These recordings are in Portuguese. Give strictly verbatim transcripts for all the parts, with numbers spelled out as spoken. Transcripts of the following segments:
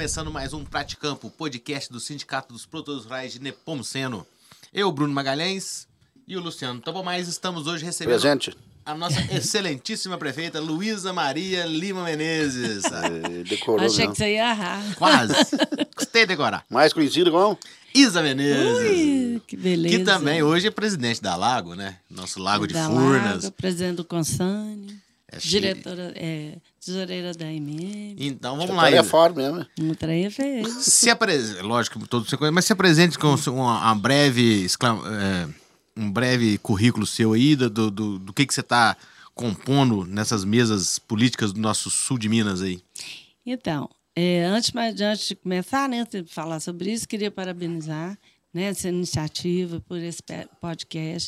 começando mais um Praticampo, podcast do Sindicato dos Produtores Rurais de Nepomuceno. Eu, Bruno Magalhães, e o Luciano Topomais estamos hoje recebendo Presente. a nossa excelentíssima prefeita Luísa Maria Lima Menezes. É, decorou, Achei não. que você ia errar. Quase. Gostei de decorar. Mais conhecido como? Isa Menezes. Ui, que beleza. Que também hoje é presidente da Lago, né? Nosso Lago de da Furnas. Lago, presidente do Consânio, É diretora, é, tesoureira da M M. Então vamos Essa lá, cara é Isa. fora mesmo. né? Um trem é feio. Se apresente, lógico que todos você conhece, mas se apresente com uma, uma breve, exclam- é, um breve currículo seu aí, do, do, do, do que, que você está compondo nessas mesas políticas do nosso sul de Minas aí. Então, é, antes, mas, antes de começar, né, de falar sobre isso, queria parabenizar, né, essa iniciativa por esse pe- podcast.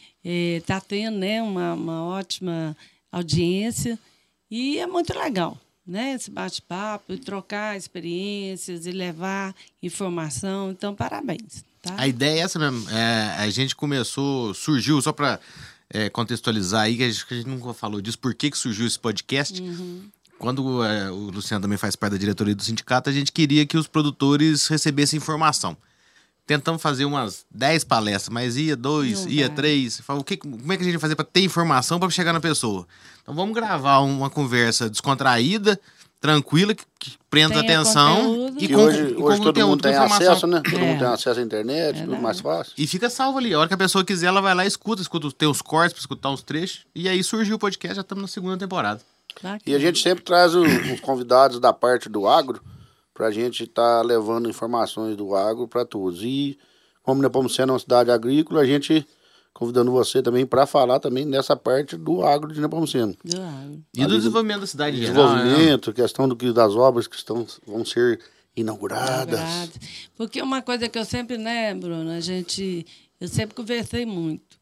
Está tendo, né, uma, uma ótima audiência e é muito legal, né, esse bate-papo, e trocar experiências e levar informação. Então, parabéns. Tá? A ideia é essa mesmo. É, a gente começou, surgiu, só para é, contextualizar aí, que a, gente, que a gente nunca falou disso, por que, que surgiu esse podcast. Uhum. Quando é, o Luciano também faz parte da diretoria do sindicato, a gente queria que os produtores recebessem informação. Tentamos fazer umas dez palestras, mas ia dois, Não ia dá. três. Fala, o que, como é que a gente vai fazer para ter informação para chegar na pessoa? Então vamos gravar uma conversa descontraída, tranquila, que, que prenda Tenha atenção. conteúdo. E Que com, hoje, e com hoje todo conteúdo, mundo com tem informação. acesso, né? Todo É. mundo tem acesso à internet, tudo Verdade. mais fácil. E fica salvo ali. A hora que a pessoa quiser, ela vai lá e escuta, escuta, tem os cortes para escutar os trechos. E aí surgiu o podcast, já estamos na segunda temporada. Bacana. E a gente sempre traz o- os convidados da parte do agro pra gente estar levando informações do agro para todos. E como Nepomuceno é uma cidade agrícola, a gente convidando você também para falar também dessa parte do agro de Nepomuceno. Do agro. E do Ali do- desenvolvimento da cidade em geral. né? Desenvolvimento, questão do que, das obras que estão, vão ser inauguradas. Verdade. Porque uma coisa que eu sempre, né, Bruno, a gente, eu sempre conversei muito.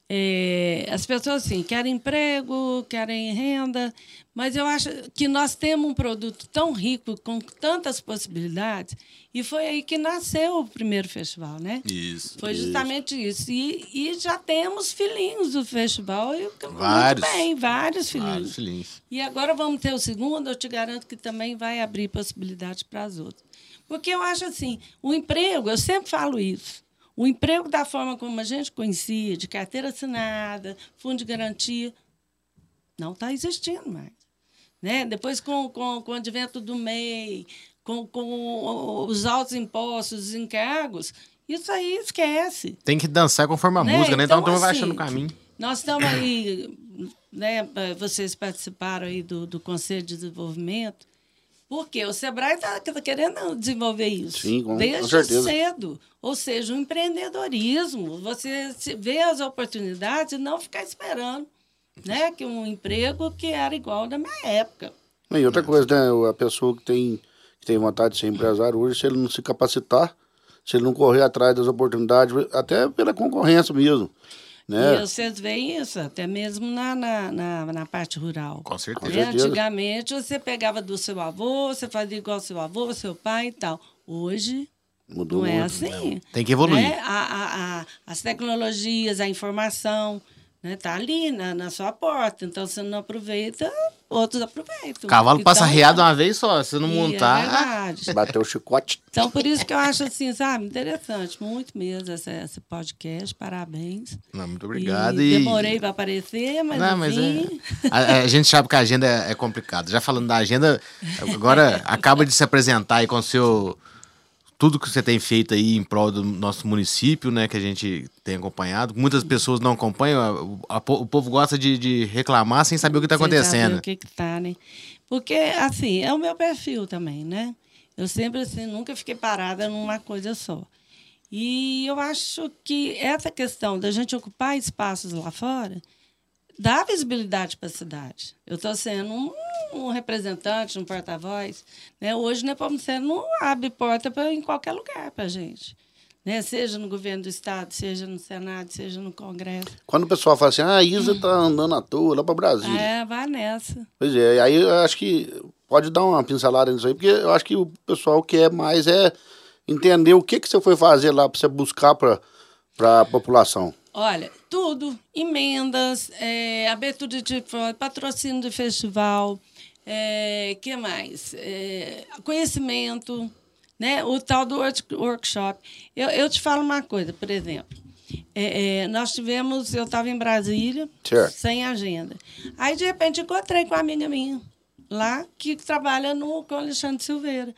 É, as pessoas, assim, querem emprego, querem renda, mas eu acho que nós temos um produto tão rico, com tantas possibilidades, e foi aí que nasceu o primeiro festival, né? Isso. Foi justamente isso. E, e já temos filhinhos do festival, e Vários. muito bem, vários filhinhos. Vários filhinhos. E agora vamos ter o segundo, eu te garanto que também vai abrir possibilidade para as outras. Porque eu acho assim, o emprego, eu sempre falo isso, o emprego da forma como a gente conhecia, de carteira assinada, fundo de garantia, não está existindo mais. Né? Depois, com, com, com o advento do M E I, com, com os altos impostos, os encargos, isso aí esquece. Tem que dançar conforme a Né? música, né? Então, Então, então vai assim, achando o caminho. Nós estamos aí, né, vocês participaram aí do, do Conselho de Desenvolvimento, porque o Sebrae está querendo desenvolver isso Sim, com- com desde certeza. cedo. Ou seja, o empreendedorismo, você se- vê as oportunidades e não ficar esperando, né, que um emprego que era igual da minha época. E outra coisa, né? A pessoa que tem, que tem vontade de ser empresário hoje, se ele não se capacitar, se ele não correr atrás das oportunidades, até pela concorrência mesmo, né? E vocês veem isso, até mesmo na, na, na, na parte rural. Com certeza. Né? certeza. Antigamente, você pegava do seu avô, você fazia igual ao seu avô, seu pai e tal. Hoje, Mudou não é muito. assim. Tem que evoluir. Né? A, a, a, as tecnologias, a informação, né? Tá ali na, na sua porta. Então, você não aproveita, outros aproveitam. O cavalo passa Então, reado uma vez só, se não e montar... É verdade. Bateu o chicote. Então, por isso que eu acho assim, sabe, interessante, muito mesmo esse, esse podcast, parabéns. Não, muito obrigado. E E... demorei para aparecer, mas Não, mas enfim... é, a, a gente sabe que a agenda é, é complicada. Já falando da agenda, agora acaba de se apresentar aí com o seu... Tudo que você tem feito aí em prol do nosso município, né? Que a gente tem acompanhado. Muitas pessoas não acompanham. A, a, o povo gosta de, de reclamar sem saber o que está Sem saber acontecendo. o que que tá, né? Porque, assim, é o meu perfil também, né? Eu sempre, assim, nunca fiquei parada numa coisa só. E eu acho que essa questão da gente ocupar espaços lá fora dá visibilidade para a cidade. Eu estou sendo um, um representante, um porta-voz. Né? Hoje, o Nepomuceno não abre porta pra, em qualquer lugar para a gente. Né? Seja no governo do Estado, seja no Senado, seja no Congresso. Quando o pessoal fala assim, ah, a Isa tá andando à toa lá pra Brasília. É, vai nessa. Pois é, aí eu acho que pode dar uma pincelada nisso aí, porque eu acho que o pessoal quer mais é entender o que, que você foi fazer lá para você buscar para a população. Olha, tudo. Emendas, é, abertura de fora, patrocínio de festival, É, que mais? É, conhecimento, né? O tal do workshop. Eu, eu te falo uma coisa, por exemplo. É, é, nós tivemos, eu estava em Brasília, certo. sem agenda. Aí, de repente, encontrei com uma amiga minha lá, que trabalha no, com o Alexandre Silveira.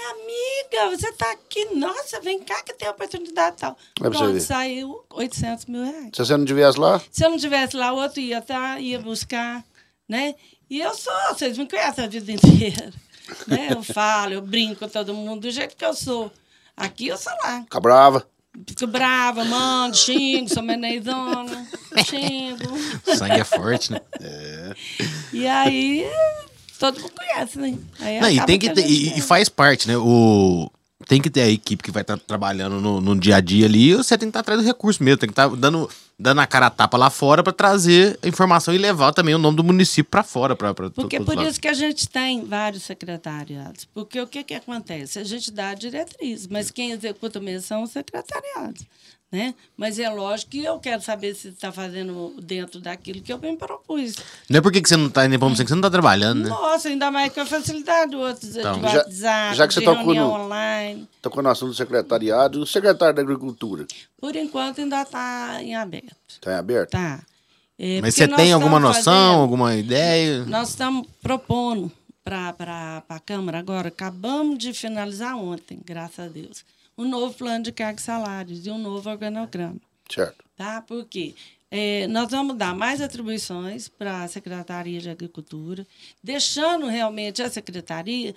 Aí, amiga, você está aqui, nossa, vem cá que tem oportunidade e tal. É Pronto, saiu oitocentos mil reais. Se você não estivesse lá? Se eu não estivesse lá, o outro ia, tá, ia buscar, né? E eu sou, vocês me conhecem a vida inteira. Né? Eu falo, eu brinco com todo mundo do jeito que eu sou. Aqui eu sou lá. Fica brava. Fico brava, mando, xingo, sou meneizona, xingo. O sangue é forte, né? É. E aí, todo mundo conhece, né? Aí Não, e, tem que que ter, e, e faz parte, né? O, tem que ter a equipe que vai estar trabalhando no, no dia a dia ali, você tem que estar atrás do recurso mesmo, tem que estar dando, dando a cara a tapa lá fora para trazer a informação e levar também o nome do município para fora. Pra, pra, Porque é por por isso que a gente tem vários secretariados. Porque o que, que acontece? A gente dá a diretriz, mas quem executa mesmo são os secretariados. Né? Mas é lógico que eu quero saber se está fazendo dentro daquilo que eu me propus. Não é porque que você não está indo para você que você não está trabalhando, né? Nossa, ainda mais com a facilidade do outro, Então, de WhatsApp, já, já que você de tocou reunião no, online. Tocou no assunto do secretariado, o secretário da Agricultura? Por enquanto ainda está em aberto. Está em aberto? Tá. É, Mas porque você tem nós alguma estamos noção, fazendo- alguma ideia? Nós estamos propondo para a Câmara agora, acabamos de finalizar ontem, graças a Deus, um novo plano de cargos e salários e um novo organograma. Certo. Tá? Por quê? É, nós vamos dar mais atribuições para a Secretaria de Agricultura, deixando realmente a Secretaria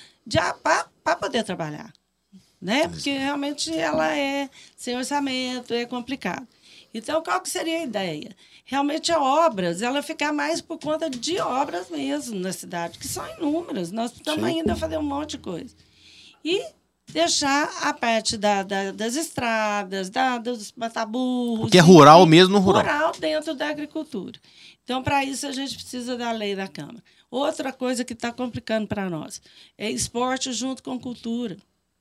para poder trabalhar. Né? Porque realmente ela é sem orçamento, é complicado. Então, qual que seria a ideia? Realmente, a obras, ela ficar mais por conta de obras mesmo na cidade, que são inúmeras. Nós estamos Sim. ainda a fazer um monte de coisa. E deixar a parte da, da, das estradas, da, dos mataburros. Que é rural enfim, mesmo, rural. Rural dentro da agricultura. Então, para isso, a gente precisa da lei da Câmara. Outra coisa que está complicando para nós é esporte junto com cultura.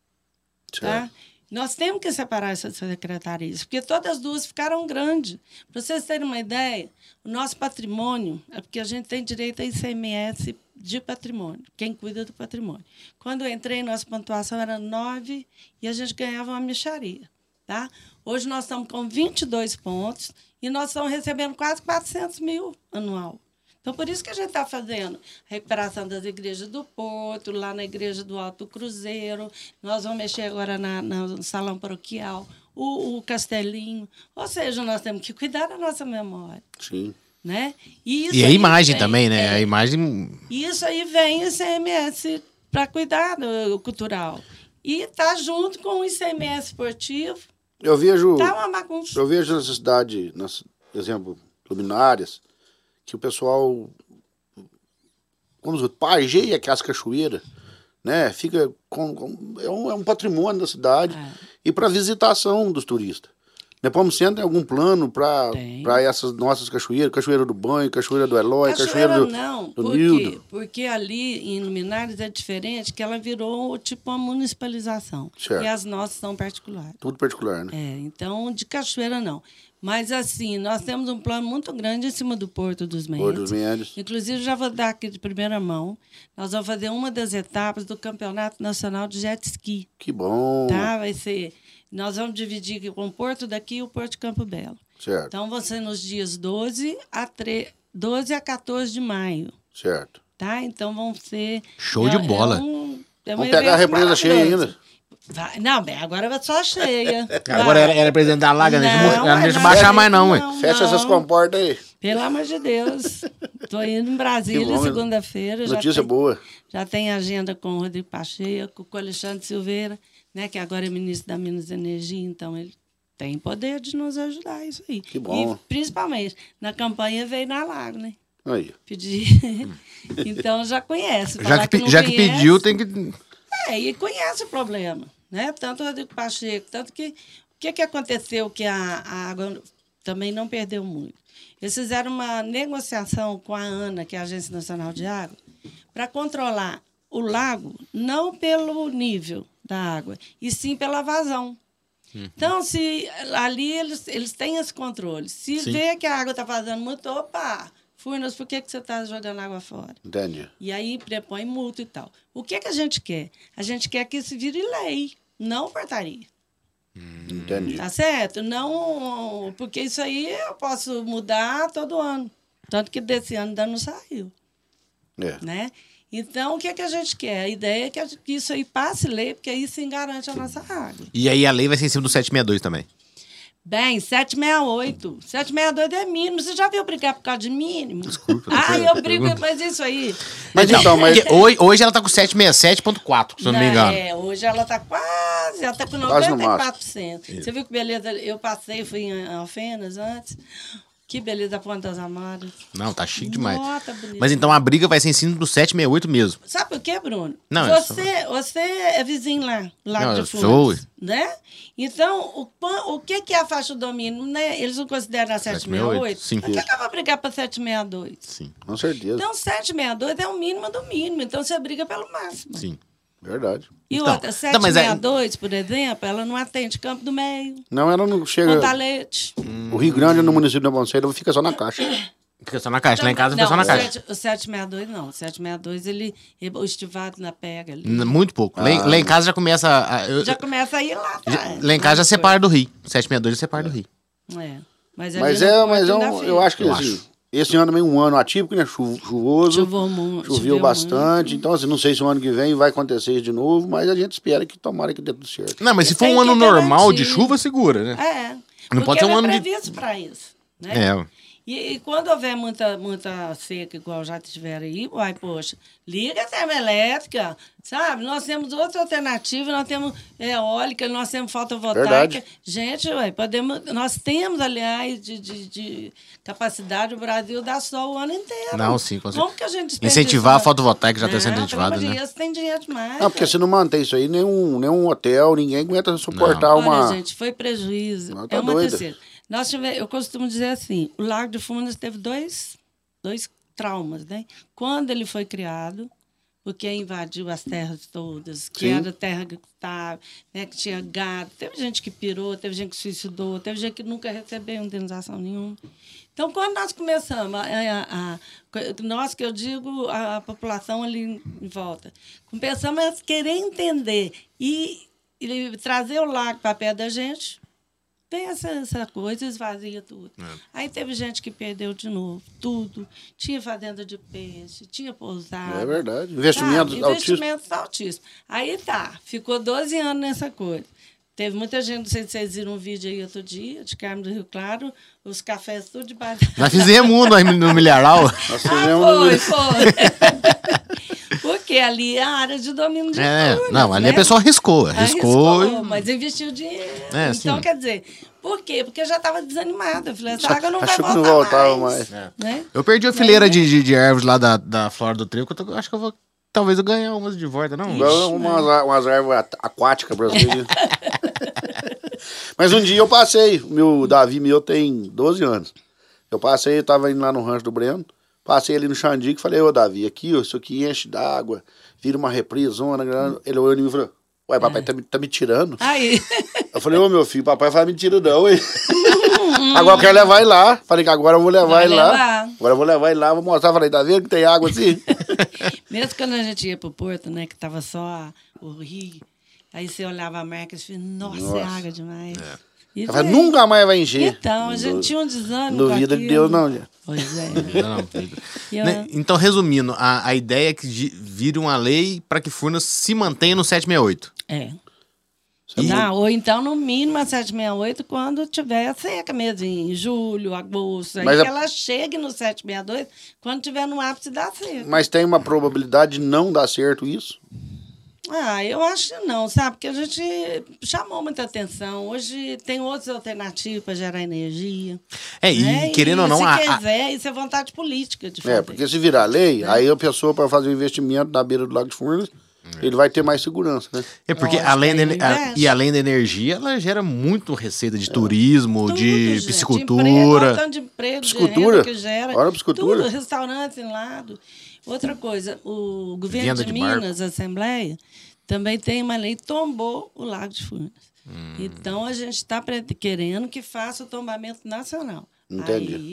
Tá? Nós temos que separar essas secretarias, porque todas as duas ficaram grandes. Para vocês terem uma ideia, o nosso patrimônio, é porque a gente tem direito a I C M S de patrimônio, quem cuida do patrimônio. Quando eu entrei, nossa pontuação era nove e a gente ganhava uma mixaria. Tá? Hoje nós estamos com vinte e dois pontos e nós estamos recebendo quase quatrocentos mil anual. Então, por isso que a gente está fazendo a recuperação das igrejas do Porto, lá na igreja do Alto Cruzeiro. Nós vamos mexer agora na, na, no salão paroquial, o, o Castelinho. Ou seja, nós temos que cuidar da nossa memória. Sim. Né? E, isso E a aí imagem vem, também, né? é, A imagem. E isso aí vem o I C M S para cuidar do cultural. E está junto com o I C M S esportivo. Eu vejo, Está uma bagunça. eu vejo nessa cidade, nas, por exemplo, luminárias, que o pessoal, vamos dizer, pageia aquelas cachoeiras, né? Fica com, com é, um, é um patrimônio da cidade É. e para visitação dos turistas. Nepomuceno tem algum plano para Tem. essas nossas cachoeiras? Cachoeira do Banho, Cachoeira do Eloy, Cachoeira, Cachoeira do, não, do por Nildo. quê? Porque ali em Luminares é diferente, que ela virou tipo uma municipalização. Certo. E as nossas são particulares. Tudo particular, né? É, então, de cachoeira não. Mas, assim, nós temos um plano muito grande em cima do Porto dos Mendes. Porto dos Mendes. Inclusive, já vou dar aqui de primeira mão. Nós vamos fazer uma das etapas do Campeonato Nacional de Jet Ski. Que bom. Tá? Vai ser... Nós vamos dividir aqui com o Porto daqui e o Porto de Campo Belo. Certo, Então, vão ser nos dias doze a, tre... doze a quatorze de maio. certo. Tá? Então, vão ser... Show de bola. É um, é um Vamos pegar a evento represa cheia maravilhoso. ainda. Vai, não, bem, agora vai só cheia. Agora Vai. era, era presidente da Laga, né? Não, Ela não mas deixa não, baixar mais, não, ué. não. Fecha essas comportas aí. Pelo amor de Deus. Estou indo em Que Brasília bom, segunda-feira. já Notícia tem- boa. Já tem agenda com o Rodrigo Pacheco, com o Alexandre Silveira, né, que agora é ministro da Minas e Energia, então ele tem poder de nos ajudar isso aí. Que bom. E principalmente, na campanha veio na Lago, né? Aí. Pedir. Então já conhece. Já Falar que, pe- não já que conhece, pediu, tem que. É, e conhece o problema, né? Tanto o Rodrigo Pacheco, tanto que o que, que aconteceu que a, a água também não perdeu muito. Eles fizeram uma negociação com a ANA, que é a Agência Nacional de Água, para controlar o lago não pelo nível da água, e sim pela vazão. Então, se ali eles, eles têm esse controle. Se Sim. vê que a água está vazando muito, opa, Furnas, por que, que você está jogando água fora? Entendi. E aí prepõe multa e tal. O que, que a gente quer? A gente quer que isso vire lei, não portaria. Entendi. Tá certo? Não, porque isso aí eu posso mudar todo ano. Tanto que desse ano ainda não saiu. É. Né? Então, o que, é que a gente quer? A ideia é que isso aí passe lei, porque aí sim garante a nossa água. E aí a lei vai ser em cima do setecentos e sessenta e dois também. Bem, setecentos e sessenta e oito. setecentos e sessenta e dois é mínimo. Você já viu brigar por causa de mínimo? Desculpa. Ah, eu brigo, mas isso aí. Mas Não, então, mas... porque hoje, hoje ela tá com setecentos e sessenta e sete ponto quatro, se eu não me engano. É, hoje ela está quase, ela está com Quase no noventa e quatro por cento. Isso. Você viu que beleza? Eu passei, fui em Alfenas antes. Que beleza, Pontas Amadas. Não, tá chique demais. Nossa, bonito. Mas então a briga vai ser em cima do setecentos e sessenta e oito mesmo. Sabe por quê, Bruno? Não, eu você, você é vizinho lá, lá Não, de eu Furnas, sou. né? Então, o, quan- o que, que é a faixa do domínio? Né? Eles não consideram a setecentos e sessenta e oito? Sim. Por que, que eu vou brigar para setecentos e sessenta e dois? Sim, Com certeza. Então, setecentos e sessenta e dois é o mínimo do mínimo. Então, você briga pelo máximo. sim. Verdade. E Então, outra, não, setecentos mas e é- sessenta e dois, por exemplo, ela não atende Campo do Meio, Não, ela não chega... Pontalete. O Rio Grande, no município de Bonceiro, fica só na caixa. Fica só na caixa. Lá em casa não, fica só na o caixa. sete- O setecentos e sessenta e dois não. O setecentos e sessenta e dois, ele, o estivado na pega ali. N- Muito pouco. Lá, em- lá em casa já começa. A, a- eu- Já começa a ir lá já- atrás. lá em casa já separa do Rio. setecentos e sessenta e dois já separa do Rio. É. Mas, ali Mas no é, Porto mas é ainda um, fica. eu acho que Eu assim, acho. esse ano também um ano atípico, né? Chu- Chuvoso. Choveu mu- Choveu choveu bastante. muito. Então, assim, não sei se o ano que vem vai acontecer isso de novo, mas a gente espera que tomara que dê tudo certo. Não, mas se E for tem um ano que normal garantir. de chuva, segura, né? É. Não Porque pode ser um ele ano é de- previsto para isso. Né? É. E, e quando houver muita, muita seca, igual já tiver aí, uai, poxa, liga a termoelétrica, sabe? Nós temos outra alternativa, nós temos eólica, nós temos fotovoltaica. Verdade. Gente, uai, podemos, nós temos, aliás, de, de, de capacidade, o Brasil dá sol o ano inteiro. Não, sim, com Como certeza. que a gente desperdiça- Incentivar a fotovoltaica já está Não, sendo pelo incentivada, amor de né? Deus, tem dinheiro demais. Não, porque se não manter isso aí, nenhum, nenhum hotel, ninguém aguenta suportar Olha, uma... gente, foi prejuízo. Não, tá é uma doida. terceira. Nós tive, eu costumo dizer assim, o Lago de Furnas teve dois, dois traumas, né? Quando ele foi criado, porque invadiu as terras todas, que Sim. era terra agricultável, né, que tinha gado. Teve gente que pirou, teve gente que suicidou, teve gente que nunca recebeu indenização nenhuma. Então, quando nós começamos, a, a- a- nós que eu digo, a, a população ali em volta, começamos a querer entender e, e trazer o lago para perto da gente, vem essa, essa coisa, esvazia tudo. É. Aí teve gente que perdeu de novo, tudo. Tinha fazenda de peixe, tinha pousada. É verdade. Investimentos sabe? altíssimos. Investimentos altíssimos. Aí tá, ficou doze anos nessa coisa. Teve muita gente, não sei se vocês viram um vídeo aí outro dia, de Carmo do Rio Claro, os cafés tudo debaixo. Nós fizemos um no, no milharal. Nós Ah, fizemos... foi, foi. Porque ali é a área de domínio de É, Furnas, não, ali né? a pessoa arriscou. Arriscou. Arriscou, e- mas investiu dinheiro. É, então, sim. quer dizer, por quê? Porque eu já estava desanimada. Eu falei, essa Achou- água não vai achou que voltar não voltava mais. mais. Né? Eu perdi a fileira de, de, de árvores lá da, da Flora do Trevo, que eu tô- acho que eu vou. Talvez eu ganhe umas de volta, não? Igual umas, umas árvores at- aquáticas brasileiras. Mas um dia eu passei, o meu Davi meu tem doze anos. Eu passei, eu tava indo lá no rancho do Breno, passei ali no Xandico e falei, ô Davi, aqui, ó, isso aqui enche d'água, vira uma reprisona grande. Ele olhou em mim e falou, ué, papai, tá, me- tá me tirando? Aí, Eu falei, ô meu filho, papai faz mentira não, hein? Agora eu quero levar ele lá. Falei que agora eu vou levar Vai ele lá. levar. Agora eu vou levar ele lá, vou mostrar. Falei, tá vendo que tem água assim? mesmo quando a gente ia pro Porto, né, que tava só a- o rio, aí você olhava a marca e falava, nossa, Nossa. é água demais. E Eu falei, veio. nunca mais vai encher. Então, a gente tinha um desânimo. Não com duvida de aquilo. Deus, não, gente. Pois é. Não, não. E eu- Né, Então, resumindo, a, a ideia é que gi- vire uma lei para que Furnas se mantenha no setecentos e sessenta e oito. É. Isso é Não, ou então, no mínimo, a setecentos e sessenta e oito, quando tiver a seca mesmo, em julho, agosto. Aí Mas que a- ela chegue no setecentos e sessenta e dois, quando tiver no ápice da seca. Mas tem uma probabilidade de não dar certo isso? Ah, eu acho que não, sabe? Porque a gente chamou muita atenção. Hoje tem outras alternativas para gerar energia. É, e né? querendo E ou não, se a, a- quiser, isso é vontade política de fazer. É, porque se virar lei, aí a pessoa para fazer um investimento na beira do Lago de Furnas, ele vai ter mais segurança, né? é porque Lógico, além da, aí ener- a- investe. e além da energia, ela gera muito receita de turismo, Tudo, de gente, piscicultura. Emprego, olha o tanto de emprego, Piscicultura. de renda que gera. Olha a piscicultura. Tudo, restaurante em lado. Outra coisa, o governo Venda de, de barco. Minas, a Assembleia, também tem uma lei que tombou o Lago de Furnas. Hum. Então, a gente está querendo que faça o tombamento nacional. Entendi. Aí,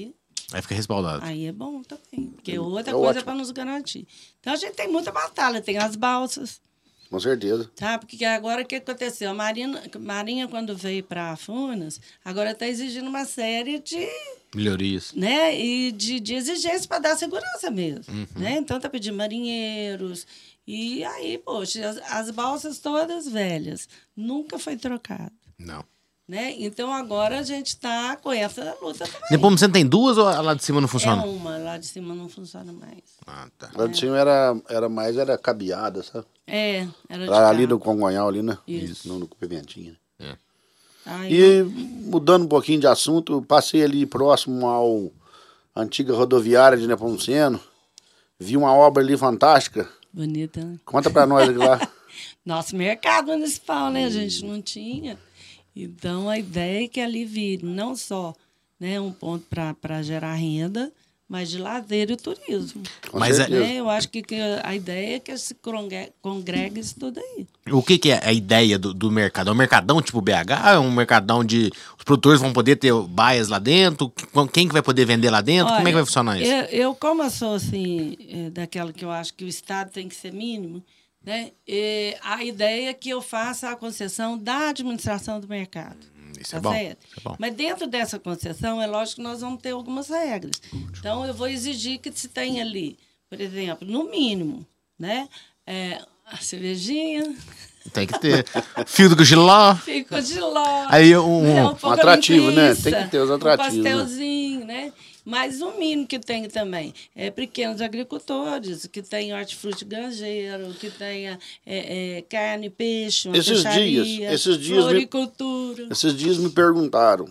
Aí fica respaldado. Aí é bom também, porque outra É coisa ótimo. é para nos garantir. Então, a gente tem muita batalha, tem as balsas, Com certeza. tá? Porque agora o que aconteceu? A Marinha, Marinha quando veio para a Furnas, agora está exigindo uma série de, Melhorias. né, e de, de exigências para dar segurança mesmo. Uhum. Né? Então, está pedindo marinheiros. E aí, poxa, as, as balsas todas velhas, nunca foi trocado. Não. Né? Então, agora a gente está com essa luta também. Nepomuceno tem duas ou a lá de cima não funciona? É uma, lá de cima não funciona mais. Ah, tá. Lá de cima era, era mais, era cabeada, sabe? É, era de Lá, ali carro. no Congonhal, ali, né? Isso. Não, no Pimentinha. É. Aí, E mudando um pouquinho de assunto, passei ali próximo ao antiga rodoviária de Nepomuceno, vi uma obra ali fantástica. bonita, né? Conta pra nós ali lá. Nosso mercado municipal, né? A gente não tinha. Então, a ideia é que ali vire não só, né, um ponto para gerar renda, mas de lazer e turismo. Com Mas é- certeza. Né? Eu acho que, que a ideia é que se congre- congregue isso tudo aí. O que, que é a ideia do, do mercado? É um mercadão tipo B H? É um mercadão de... Os produtores vão poder ter baias lá dentro? Quem que vai poder vender lá dentro? Como é que vai funcionar isso? Eu, eu, como eu sou, assim, é, daquela que eu acho que o Estado tem que ser mínimo, né? E a ideia é que eu faça a concessão da administração do mercado. Isso Tá é bom. certo? Isso é bom. Mas dentro dessa concessão, é lógico que nós vamos ter algumas regras. Então, eu vou exigir que se tenha ali, por exemplo, no mínimo, né? É, a cervejinha, Tem que ter. Fio do giló. fico de ló. Aí um- né, um- pouco atrativo, né? linguiça, Tem que ter os atrativos, Um né? pastelzinho, né? Mas o mínimo que tem também é pequenos agricultores, que tenham hortifruti granjeiro, que tenha é, é, carne, peixe, uma Esses peixaria, dias- esses dias me- floricultura. Esses dias me perguntaram,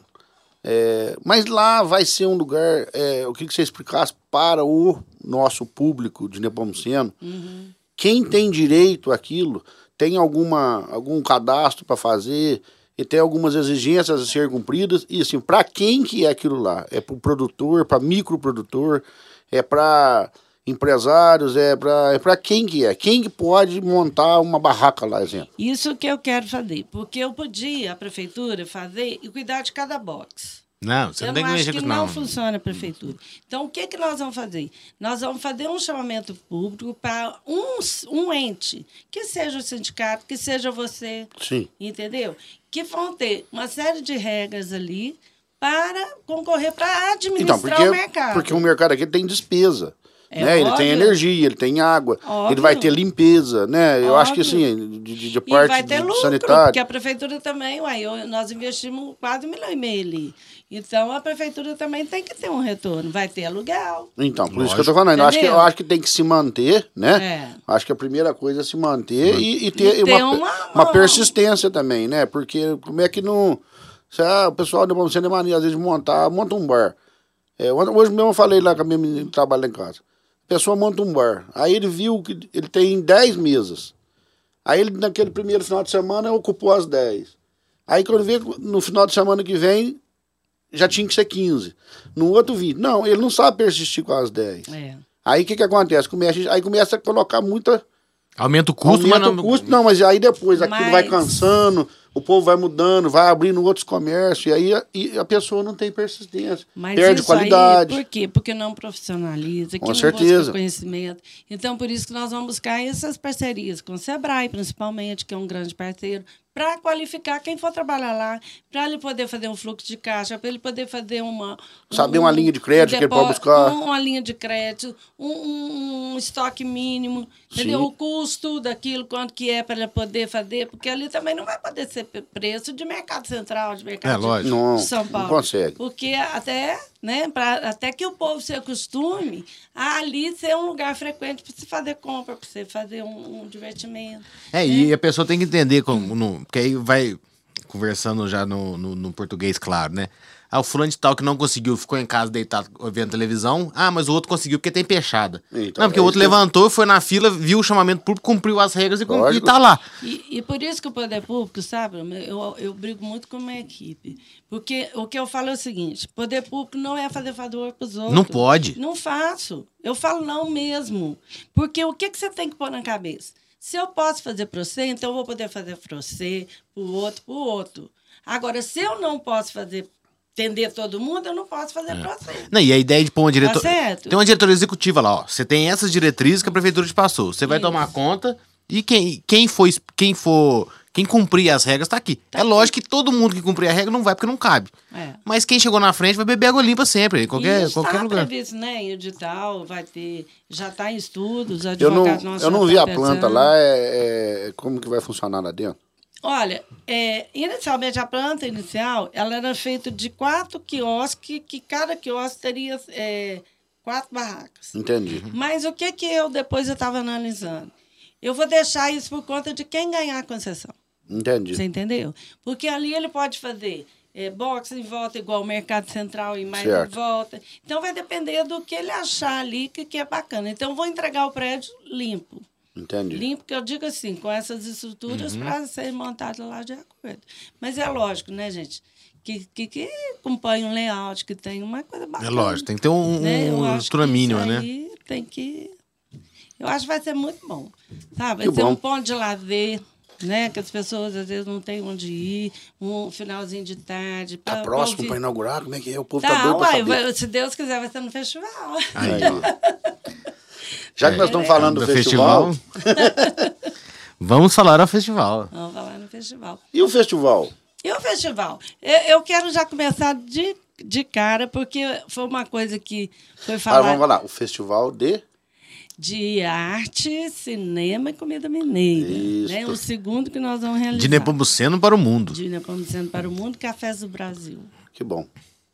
é, mas lá vai ser um lugar, é, eu queria que você explicasse para o nosso público de Nepomuceno, Uhum. quem tem direito àquilo, tem alguma, algum cadastro para fazer, e tem algumas exigências a ser cumpridas, e assim, para quem que é aquilo lá? É para o produtor, para microprodutor, é para empresários, é para é para quem que é? Quem que pode montar uma barraca lá, exemplo? Isso que eu quero fazer, porque eu podia, a prefeitura, fazer e cuidar de cada box. Não, você eu não tem não que acho mexer que com isso, não não. funciona a prefeitura. Então, o que, que nós vamos fazer? Nós vamos fazer um chamamento público para um, um ente, que seja o sindicato, que seja você, Sim. entendeu? Que vão ter uma série de regras ali para concorrer para administrar Então, porque, o mercado. porque o mercado aqui tem despesa. É né? Ele tem óbvio. energia, ele tem água, Óbvio. ele vai ter limpeza, né? Eu acho que Óbvio. assim, de, de, de E parte vai ter de- lucro, sanitária. porque a prefeitura também, uai, eu- nós investimos quase um milhão e meio ali. Então, a prefeitura também tem que ter um retorno. Vai ter aluguel. Então, por isso que Lógico. eu tô falando. Eu acho, que, eu Entendeu? acho que tem que se manter, né? É. Acho que a primeira coisa é se manter e, e ter, E ter uma, uma- uma persistência também, né? Porque como é que não... Se, ah, o pessoal de você tem mania, às vezes, de montar, monta um bar. É, hoje mesmo eu falei lá com a minha menina que trabalha lá em casa. A pessoa monta um bar. Aí ele viu que ele tem dez mesas. Aí ele, naquele primeiro final de semana, ocupou as dez. Aí quando vê, no final de semana que vem, já tinha que ser quinze. No outro vídeo. Não, ele não sabe persistir com as dez. É. Aí o que, que acontece? Começa, aí começa a colocar muita. Aumenta o custo, aumenta mas não... o custo. Não, mas aí depois aquilo Mas- vai cansando, o povo vai mudando, vai abrindo outros comércios, e aí a, e a pessoa não tem persistência. Mas perde isso qualidade. Aí, por quê? Porque não profissionaliza, que Com não certeza. busca conhecimento. Então, por isso que nós vamos buscar essas parcerias com o Sebrae, principalmente, que é um grande parceiro, para qualificar quem for trabalhar lá, para ele poder fazer um fluxo de caixa, para ele poder fazer uma... Saber uma linha de crédito que ele pode buscar. um- Uma linha de crédito, um, um- um estoque mínimo, entendeu? Sim. O custo daquilo, quanto que é para ele poder fazer, porque ali também não vai poder ser preço de mercado central, de mercado É, de- lógico. Não, de São não Paulo. consegue. Porque até, né, pra, até que o povo se acostume a ali ser um lugar frequente para você fazer compra, para você fazer um, um divertimento. É, e a pessoa tem que entender, como, no, porque aí vai conversando já no, no, no português, claro, né? Ah, o fulano de tal que não conseguiu, ficou em casa deitado vendo televisão. Ah, mas o outro conseguiu porque tem peixada. Então, não, porque é o outro isso. levantou, foi na fila, viu o chamamento público, cumpriu as regras e, cum- e Lógico. tá lá. E, e por isso que o poder público, sabe, eu, eu brigo muito com a minha equipe. Porque o que eu falo é o seguinte: poder público não é fazer favor para os outros. Não pode. Não faço. Eu falo não mesmo. Porque o que, que você tem que pôr na cabeça? Se eu posso fazer para você, então eu vou poder fazer para você, para o outro, para o outro. Agora, se eu não posso fazer atender todo mundo, eu não posso fazer é. para você. Não, e a ideia de pôr uma diretoria... Tá certo? Tem uma diretoria executiva lá, ó. Você tem essas diretrizes que a prefeitura te passou. Você vai Isso. tomar conta e quem, quem, for, quem for... Quem cumprir as regras tá aqui. Tá é aqui. Lógico que todo mundo que cumprir a regra não vai porque não cabe. É. Mas quem chegou na frente vai beber água limpa sempre, em qualquer, Isso qualquer tá lugar. Previsto, né? Em edital, vai ter... Já está em estudos, os advogados nossos... Eu não, eu não vi a planta lá, é, é, como que vai funcionar lá dentro? Olha, é, inicialmente a planta inicial, ela era feita de quatro quiosques, que cada quiosque teria é, quatro barracas. Entendi. Mas o que que eu depois eu estava analisando? Eu vou deixar isso por conta de quem ganhar a concessão. Entendi. Você entendeu? Porque ali ele pode fazer é, box em volta, igual o Mercado Central e mais certo. Em volta. Então vai depender do que ele achar ali que, que é bacana. Então eu vou entregar o prédio limpo. Entendi. Limpo, que eu digo assim, com essas estruturas uhum. para ser montado lá de acordo. Mas é lógico, né, gente? Que, que, que acompanha um layout, que tem uma coisa bacana. É lógico, tem que ter um, né? um estrutura mínima, né? Aí tem que... Eu acho que vai ser muito bom. Sabe? Vai que ser bom. Um ponto de lazer, né? Que as pessoas às vezes não têm onde ir, um finalzinho de tarde. Tá próximo para inaugurar? Como é que é? O povo tá, tá doido uai, pra saber. Se Deus quiser, vai ser no festival. Aí, Já que nós estamos falando do, do festival... festival... Vamos falar ao festival. Vamos falar no festival. E o festival? E o festival? Eu, eu quero já começar de, de cara, porque foi uma coisa que foi falada... Ah, vamos lá. O festival de... De arte, cinema e comida mineira. Isso. Né? O segundo que nós vamos realizar. De Nepomuceno para o mundo. De Nepomuceno para o mundo, Cafés do Brasil. Que bom.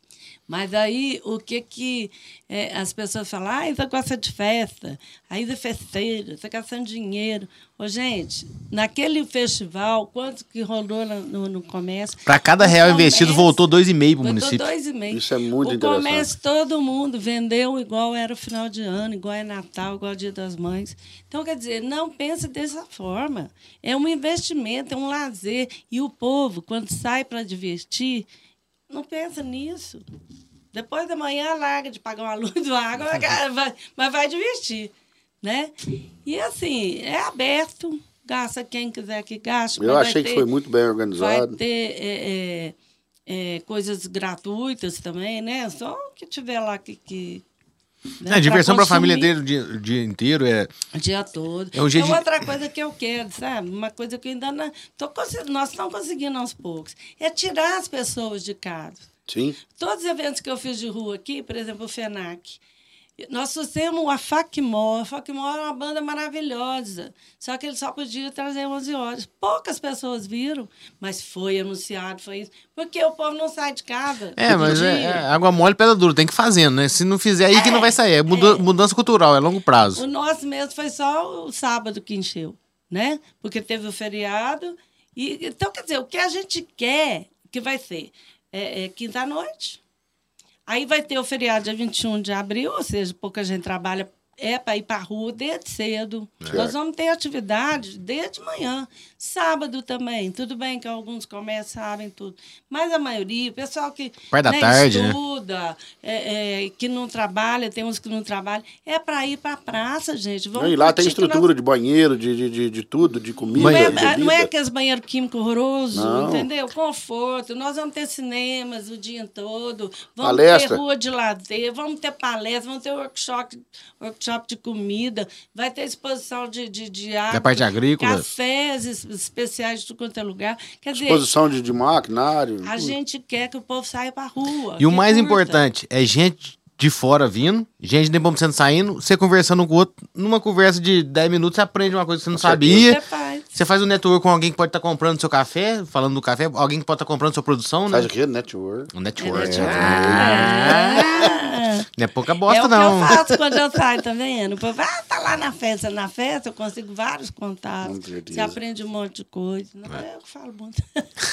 Mas aí, o que que é, as pessoas falam? Ah, você gosta de festa, aí é festeiro, você gastando dinheiro. Ô, gente, naquele festival, quanto que rolou no, no comércio? Para cada real comércio, investido, voltou dois e meio para o município. dois e meio. Isso é muito o interessante. O comércio, todo mundo vendeu igual era o final de ano, igual é Natal, igual é o Dia das Mães. Então, quer dizer, não pense dessa forma. É um investimento, é um lazer. E o povo, quando sai para divertir... Não pensa nisso. Depois da manhã, larga de pagar uma luz do água, vai, mas vai divertir, né? E, assim, é aberto. Gasta quem quiser que gaste. Eu achei ter, que foi muito bem organizado. Vai ter é, é, é, coisas gratuitas também, né? Só o que tiver lá que... que né? É, diversão para a família dele o dia, o dia inteiro. É... O dia todo. É um jeito então, outra coisa que eu quero, sabe? Uma coisa que eu ainda não... Tô, nós estamos conseguindo aos poucos. É tirar as pessoas de casa. Sim. Todos os eventos que eu fiz de rua aqui, por exemplo, o FENAC, nós trouxemos a Facmó. A Facmó é uma banda maravilhosa, só que ele só podia trazer onze horas. Poucas pessoas viram, mas foi anunciado, foi isso. Porque o povo não sai de casa. É, mas é, é, água mole, pedra dura, tem que ir fazendo, né? Se não fizer, aí é, que não vai sair. É, muda, é mudança cultural, é longo prazo. O nosso mesmo foi só o sábado que encheu, né? Porque teve o feriado. E, então, quer dizer, o que a gente quer que vai ser é, é quinta-noite. Aí vai ter o feriado dia vinte e um de abril, ou seja, pouca gente trabalha, é para ir para a rua desde cedo. Certo. Nós vamos ter atividade desde manhã. Sábado também. Tudo bem que alguns comércios sabem tudo. Mas a maioria, o pessoal que da né, tarde, estuda, né? é, é, que não trabalha, tem uns que não trabalham, é para ir para a praça, gente. Vamos não, e lá tem estrutura nós... de banheiro, de, de, de, de tudo, de comida. Não é, de não é aqueles banheiros químicos horrorosos, não. Entendeu? Conforto. Nós vamos ter cinemas o dia todo, vamos palestra. ter rua de lazer, vamos ter palestra, vamos ter workshop, workshop de comida, vai ter exposição de, de, de arte, da parte agrícola, cafés especiais de tudo quanto é lugar. Quer dizer, exposição de, de maquinário. A tudo. Gente quer que o povo saia para a rua. E o mais curta. Importante é gente de fora vindo, gente de Nepomuceno saindo, você conversando com o outro, numa conversa de dez minutos, você aprende uma coisa que você não com sabia. Você faz. Você faz um network com alguém que pode estar tá comprando seu café, falando do café, alguém que pode estar tá comprando sua produção, faz né? o quê? Network. Um network. É, ah, não é pouca bosta, é não. É o que eu faço quando eu saio, tá vendo? O povo, ah, tá lá na festa, na festa, eu consigo vários contatos. Você aprende um monte de coisa. Não é eu que falo muito.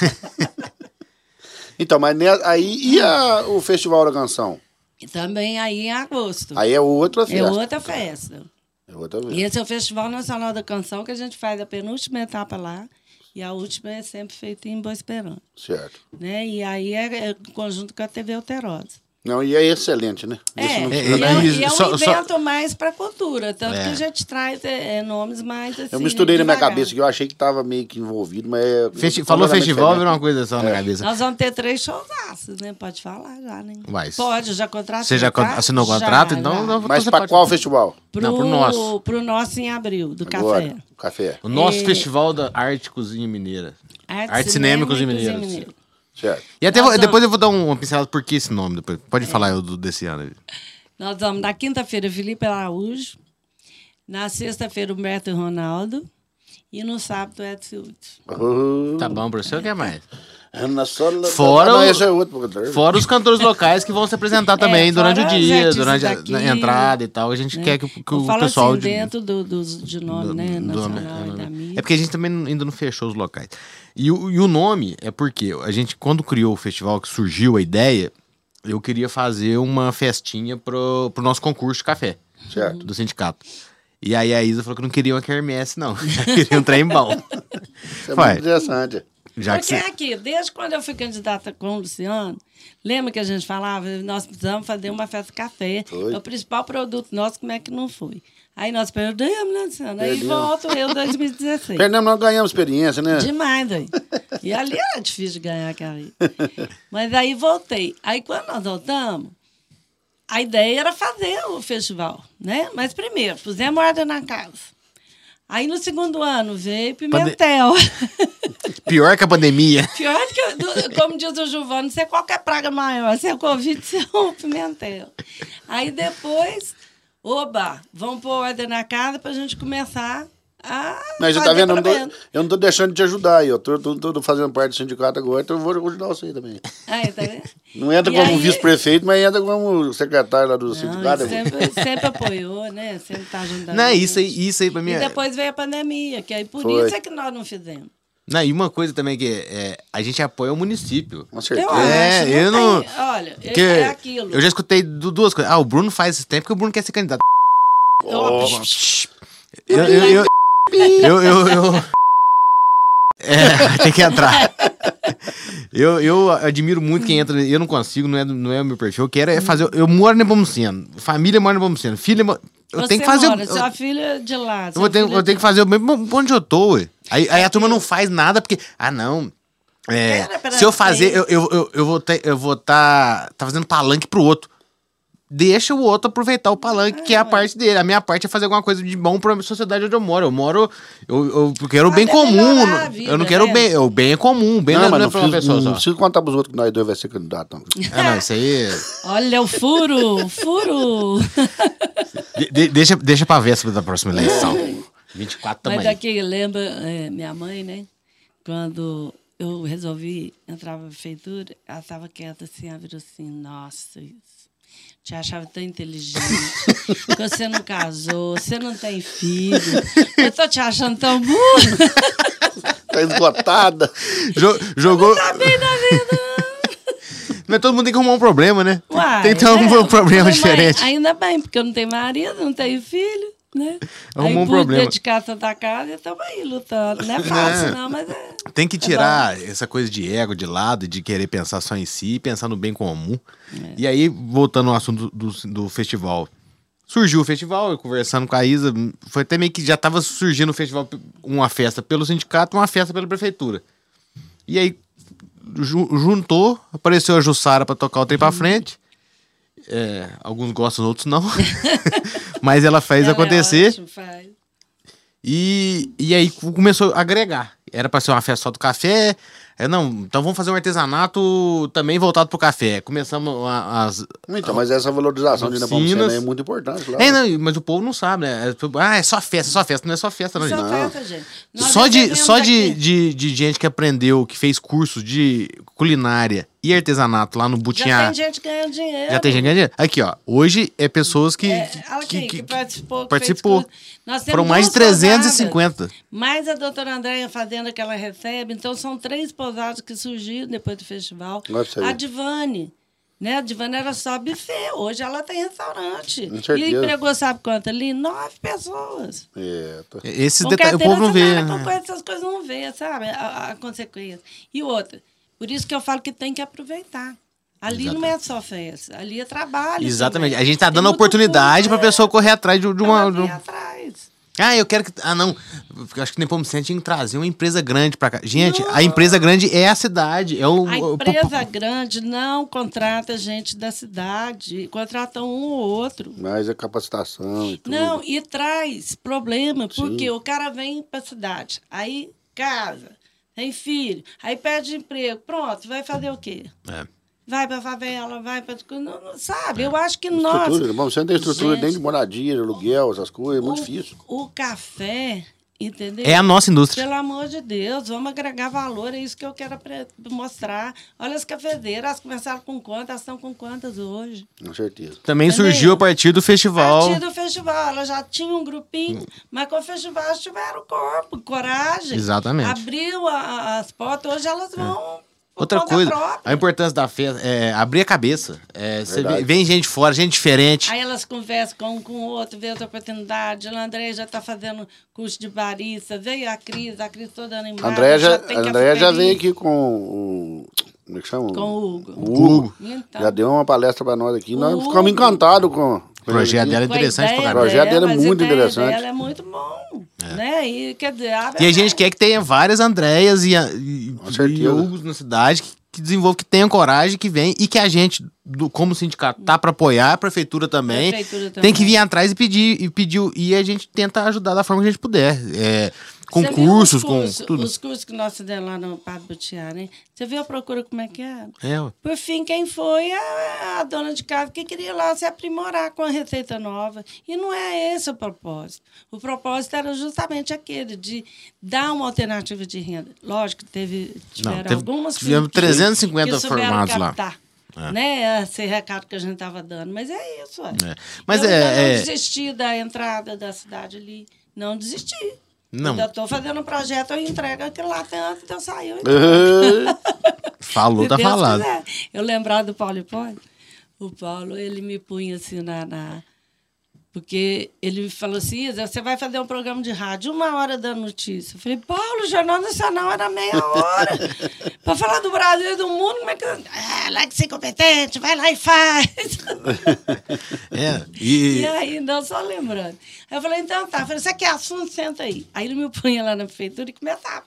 Então, mas aí e a, o Festival da Canção? E também aí em agosto. Aí é outra festa. É outra festa. É outra festa. E esse é o Festival Nacional da Canção, que a gente faz a penúltima etapa lá. E a última é sempre feita em Boa Esperança. Certo. Né? E aí é, é conjunto com a T V Alterosa. Não, e é excelente, né? É, Isso não e precisa- é, isso, e é um só- só- invento mais para cultura, tanto É. que a gente traz é, é, nomes mais assim. Eu misturei na minha devagar. cabeça que eu achei que tava meio que envolvido, mas é. Festi- Falou completamente festival, diferente. virou uma coisa só na É. cabeça. Nós vamos ter três showzaços, né? Pode falar já, né? Vai. Pode, eu já contratei. Você já tá? assinou o Já, contrato? já. Então, então Mas você pra pode- qual festival? Pro, Não, pro nosso. Pro nosso em abril, do Agora, café. o café. O nosso E- festival da Arte Cozinha Mineira. Arte, Arte, Cinema e Cozinha Cozinha Mineira. Mineira. Certo. E até Nós vou- vamos- depois eu vou dar um- uma pincelada por que esse nome. Depois. Pode falar eu do, desse ano. aí. Nós vamos na quinta-feira, Felipe Araújo. Na sexta-feira, Humberto e Ronaldo. E no sábado, Edson Hudson. Uh, Tá bom, professor, o que mais? Ana Sola. Fora não, o- esse é outro cantor. Fora os cantores locais que vão se apresentar também É, durante o fora os dia, artistas durante a, daqui, na entrada e tal. A gente né? quer que, o- que Eu o falo pessoal... assim, de- dentro do, dos de nome, do- né? do- Nacional é, e da mídia. é porque a gente também ainda não fechou os locais. E o, e o nome é porque a gente, quando criou o festival, que surgiu a ideia, eu queria fazer uma festinha pro, pro nosso concurso de café Certo. do sindicato. E aí a Isa falou que não queria uma quermesse, não. Queria um trem bom. Isso é Vai. muito interessante. Já que Porque você... aqui, desde quando eu fui candidata com o Luciano, lembra que a gente falava, nós precisamos fazer uma festa de café. Foi. É o principal produto nosso, como é que não foi? Aí nós perdemos, né, Luciano? Aí Perdemos. volto eu em dois mil e dezesseis. Perdemos, nós ganhamos experiência, né? Demais, daí. E ali era difícil de ganhar, cara. Mas aí voltei. Aí quando nós voltamos, a ideia era fazer o festival, né? Mas primeiro, pusemos ordem na casa. Aí no segundo ano veio Pimentel. Pior que a pandemia. Pior que, eu- do- como diz o Giovanni, não sei qual que é praga maior, se é o Covid, se é o Pimentel. Aí depois, oba, vamos pôr ordem na casa pra gente começar a. Mas você tá fazer vendo, eu não, pra tô, venda. eu não tô deixando de te ajudar. Eu tô, tô, tô fazendo parte do sindicato agora, então eu vou ajudar você também. Aí, tá vendo? Não entra E como aí- vice-prefeito, mas entra como secretário lá do Não, sindicato. ele sempre, sempre apoiou, né? Sempre tá ajudando. Não, a gente. isso aí, isso aí pra mim E é... depois veio a pandemia, que aí por Foi. isso é que nós não fizemos. Não, e uma coisa também que é, a gente apoia o município. Com Eu certeza. É, acho, eu não não- tem- olha, Porque é aquilo. eu já escutei du- duas coisas. Ah, o Bruno faz esse tempo porque o Bruno quer ser candidato. Ó, Eu, eu, eu, eu, eu, eu- É, tem que entrar. Eu, eu admiro muito quem entra. Eu não consigo, não é, não é o meu perfil. Eu quero é fazer. Eu moro em Nepomuceno. Família mora em Nepomuceno. Filha. mo- Eu Você tenho que fazer. o- mora, eu, sua filha de lá. eu sua vou ter, filha eu tenho de- que fazer o mesmo onde eu tô, ué. Aí, aí a turma não faz nada porque. Ah, não. É, Pera, pera, se eu fazer, pera. eu, eu, eu, eu vou ter, eu vou tá, tá fazendo palanque pro outro. Deixa o outro aproveitar o palanque, que é a parte dele. A minha parte é fazer alguma coisa de bom pra sociedade onde eu moro. Eu moro. Eu, eu quero o bem Até comum. melhorar a vida, Eu não quero né? o bem. O bem é comum. O bem não, Não, não mas é não, pra uma precisa, pessoa não só. precisa contar pros outros que nós dois vai ser candidato. Não. Ah, não, isso aí. Olha o furo, furo. de- de- deixa, deixa pra véspera da próxima eleição. vinte e quatro Mas também. daqui, lembra, é, minha mãe, né? Quando eu resolvi entrar pra prefeitura, ela estava quieta assim, ela virou assim, nossa, isso. Te achava tão inteligente. que Você não casou, você não tem filho. Eu tô te achando tão burro. Tá esgotada. Jo- jogou. Tá bem na vida, não. Mas todo mundo tem que arrumar um problema, né? Uai, tem que ter um né? problema Falei, diferente. mãe, ainda bem, porque eu não tenho marido, não tenho filho, né? Arrumou aí, um por problema. dedicação da casa, estamos aí lutando. Não é fácil, não, mas é. Tem que tirar essa coisa de ego de lado, de querer pensar só em si, pensar no bem comum. É. E aí, voltando ao assunto do, do, do festival. Surgiu o festival, eu conversando com a Isa, foi até meio que já estava surgindo o festival, uma festa pelo sindicato, uma festa pela prefeitura. E aí, ju- juntou, apareceu a Jussara para tocar o trem para frente. É, alguns gostam, outros não. Mas ela fez Ela é acontecer. ótima, faz. E, e aí começou a agregar. Era para ser uma festa só do café. É, não, então vamos fazer um artesanato também voltado pro café. Começamos a- as. Então, mas essa valorização de Oficinas. Nepomuceno é muito importante. Claro. É, não, mas o povo não sabe, né? É, ah, é só festa, só festa. Não é só festa, não, Só gente. festa, gente. Nós Só de, recebemos só de, aqui- de, de gente que aprendeu, que fez cursos de culinária e artesanato lá no Já Butinhá. tem gente ganhando dinheiro. Já tem gente ganhando dinheiro? Aqui, ó. Hoje é pessoas que. É, que, olha aqui, que- que, que participou. que participou. fez curso. Nós temos Foram mais de duas trezentos e pousadas, cinquenta. mais a doutora Andréia fazenda que ela recebe. Então, são três pousadas que surgiram depois do festival. Olha isso aí. A Divane. Né? A Divane era só buffet. Hoje ela tem restaurante. Com E certeza. empregou, sabe quanto ali? Nove pessoas. É, tô... Esses Com detalhes o carteira povo não vê. assinada, né? com essas coisas não vê, sabe? A, a consequência. E outra, por isso que eu falo que tem que aproveitar. Ali Exatamente. não é só festa, ali é trabalho. Exatamente. Também. A gente tá Tem dando a muito oportunidade custo, pra pessoa correr atrás de, de uma... ela de vem um- atrás. Ah, eu quero que... Ah, não. Eu acho que nem como você tinha que trazer uma empresa grande pra cá. Gente, Não. a empresa grande é a cidade. É o, A o- empresa grande não contrata gente da cidade, contratam um ou outro. Mas a capacitação e tudo. Não, e traz problema, porque Sim. o cara vem pra cidade, aí casa, tem filho, aí pede emprego, pronto, vai fazer o quê? É. Vai pra favela, vai pra... Não, não, sabe, eu acho que nós... Estrutura, bom, você não tem estrutura Gente, nem de moradia, de aluguel, essas coisas, é muito o, difícil. O café, entendeu? É a nossa indústria. Pelo amor de Deus, vamos agregar valor, é isso que eu quero apre- mostrar. Olha as cafedeiras, elas começaram com quantas, elas estão com quantas hoje? Com certeza. Também Entendeu? surgiu a partir do A festival. partir do festival, ela já tinha um grupinho, mas com o festival elas tiveram corpo, coragem. Exatamente. Abriu a- a- as portas, hoje elas vão... por Outra conta coisa, própria. a importância da festa é abrir a cabeça. É, você Verdade. vê- vem gente fora, gente diferente. Aí elas conversam com um com o outro, vê outra oportunidade. A André já está fazendo curso de barista, veio a Cris, a Cris toda animada. A Andréia já, tem a Andréia já cafeteria veio aqui com o... Como é que chama? Com o Hugo. O Hugo. Então, Já deu uma palestra pra nós aqui. Nós O ficamos Hugo. encantados com... O projeto dela é com a interessante pra ideia caramba. O projeto dela é mas a muito ideia interessante. dela é muito bom, né? E, quer dizer, E a gente quer que tenha várias Andréias e, e, Com e certeza. Hugos na cidade que, que desenvolvam, que tenham coragem, que vem e que a gente, do, como sindicato, tá pra apoiar, a prefeitura também, Prefeitura tem que também. vir atrás e pedir, e pedir, e a gente tenta ajudar da forma que a gente puder. É, com Você viu cursos, os com cursos, tudo. Os cursos que nós fizemos lá no Padre Butiá, né? Você viu a procura como é que é? É, ué. Por fim, quem foi? A, a dona de casa que queria lá se aprimorar com a receita nova. E não é esse o propósito. O propósito era justamente aquele, de dar uma alternativa de renda. Lógico que teve, tiveram Não, teve- algumas tivemos que- trezentos e cinquenta que souberam formados lá. captar, É. né? Esse recado que a gente estava dando. Mas é isso, ué. É. Mas eu é- ainda não é- desisti da entrada da cidade ali. Não desisti. Não. Ainda estou fazendo um projeto, eu entrego aquilo lá até antes de eu sair. Eu Falou, Se tá Deus falado. quiser. Eu lembrar do Paulo Hipólito, o Paulo, ele me punha assim na, na... Porque ele falou assim, Isa, você vai fazer um programa de rádio, uma hora da notícia. Eu falei, Paulo, o Jornal Nacional era meia hora. Para falar do Brasil e do mundo, como é que... Ah, lá que você é competente, vai lá e faz. É, e, E aí, não, só lembrando. Aí eu falei, então tá. Eu falei, você quer assunto? Senta aí. Aí ele me punha lá na prefeitura e começava a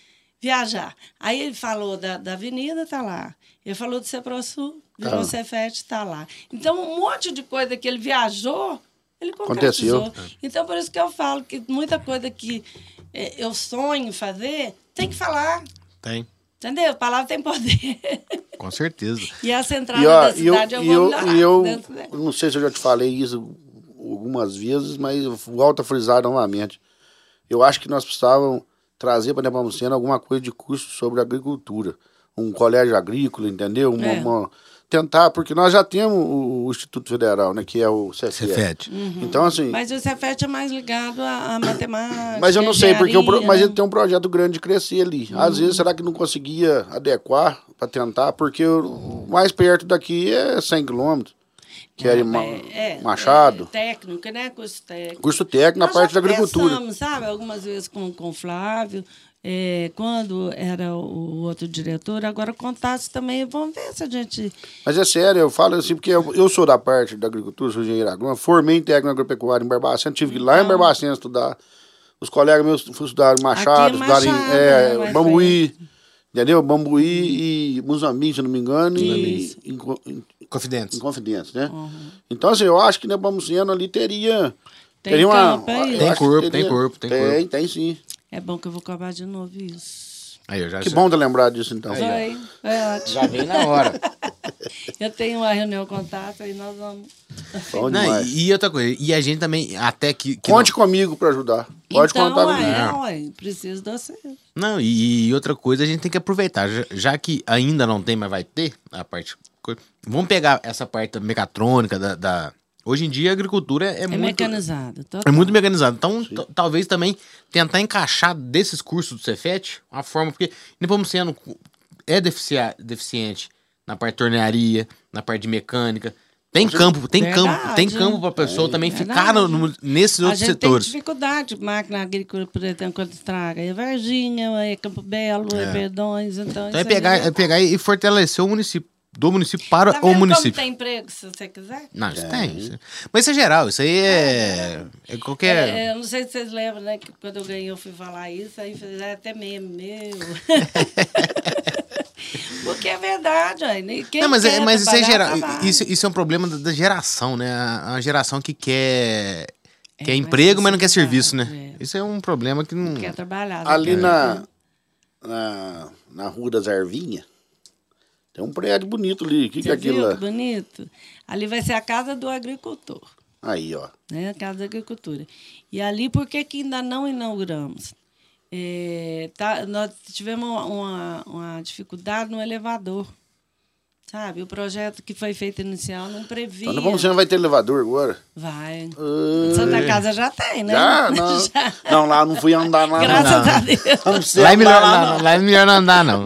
viajar. Aí ele falou da, da avenida, tá lá. Ele falou do Ceprosul, virou Ah. Cefet, tá lá. Então, um monte de coisa que ele viajou, ele concretizou. Aconteceu. Então, por isso que eu falo que muita coisa que eh, eu sonho em fazer, tem que falar. tem, Entendeu? A palavra tem poder. com certeza. E essa entrada E, ó, da e eu, cidade eu e vou eu, melhorar. e eu dentro dela. não sei se eu já te falei isso algumas vezes, mas eu volto a frisar novamente. Eu acho que nós precisávamos trazer para Nepomuceno alguma coisa de curso sobre agricultura. Um colégio agrícola, entendeu? Uma, É. uma- tentar, porque nós já temos o, o Instituto Federal, né, que é o Cefet. Cefet. Então, assim, Mas o Cefet é mais ligado à, à matemática. mas eu não sei, porque o pro- engenharia, mas né? ele tem um projeto grande de crescer ali. Às vezes, será que não conseguia adequar para tentar? Porque o mais perto daqui é cem quilômetros, que é, em Ma- é, Machado. É, técnico, né? Curso técnico. Curso técnico na Nós parte já da agricultura. conversamos, sabe, algumas vezes com, com o Flávio, é, quando era o outro diretor, agora contatos também, vamos ver se a gente... Mas é sério, eu falo assim, porque eu, eu sou da parte da agricultura, sou engenheiro agrônomo, formei em técnico agropecuário em Barbacena, tive que ir lá em Barbacena estudar. Os colegas meus foram estudar em Machado, Aqui em estudaram em Machado, é, né, mais Bambuí, entendeu? Bambuí e Moçambique, se não me engano, e Isso. em, Co- em, Confidentes. em Confidência, né? Então, assim, eu acho que Nepomuceno ali teria... Tem teria uma, campo aí? eu Tem acho que corpo, tem corpo, tem Tem, corpo. tem sim. É bom que eu vou cobrar de novo isso. Aí eu já Que bom ter lembrado disso, então. Foi, foi ótimo. Já vem na hora. Eu tenho uma reunião contato, aí nós vamos... Bom Não, demais. e, e outra coisa, e a gente também, até que. que Conte comigo para ajudar. Pode então, contar é, comigo. ué, preciso de você. Não, não e, e outra coisa, a gente tem que aproveitar. Já, já que ainda não tem, mas vai ter a parte. co- Vamos pegar essa parte mecatrônica da. da- Hoje em dia a agricultura é, É muito. mecanizado. Total. É muito mecanizado. Então, t- talvez também tentar encaixar desses cursos do Cefet uma forma, porque Nepomuceno é deficia- deficiente na parte de tornearia, na parte de mecânica. Tem campo, tem Verdade. campo, tem campo para pessoa também Verdade. ficar no- no- nesses A outros gente setores. tem dificuldade de máquina agrícola, por exemplo, quando estraga. É Varginha, é Campo Belo, é, É. Perdões, então... Então é isso pegar, aí é pegar e fortalecer o município. do município para Tá o vendo município. como tem emprego, se você quiser? Não, isso É. tem. Isso- Mas isso é geral, isso aí é, é qualquer... É, eu não sei se vocês lembram, né? Que quando eu ganhei, eu fui falar isso, aí fizeram até meme meu. Porque é verdade, ó. Quem Não, mas, é, quer mas isso é trabalhar, geral. trabalha. Isso, isso é um problema da, da geração, né? A, a geração que quer, É, quer mas emprego, mas não quer isso serviço, tá, né? é. Isso é um problema que não. Quer trabalhar. Ali né? na, na, na Rua das Ervinhas, tem um prédio bonito ali. O que, que Você é aquilo viu lá? que bonito? Ali vai ser a casa do agricultor, Aí, ó. né? A casa da agricultura. E ali, por que que ainda não inauguramos? É, tá, nós tivemos uma, uma, uma dificuldade no elevador, sabe? O projeto que foi feito inicial não previa. Então, você não vai ter elevador agora? Vai. Ah, Santa Casa já tem, né? Já? Não, Já. não, lá não fui andar lá. Graças não. a Deus. Não precisa Lá é, andar melhor, lá, lá, não. lá é melhor não andar, não.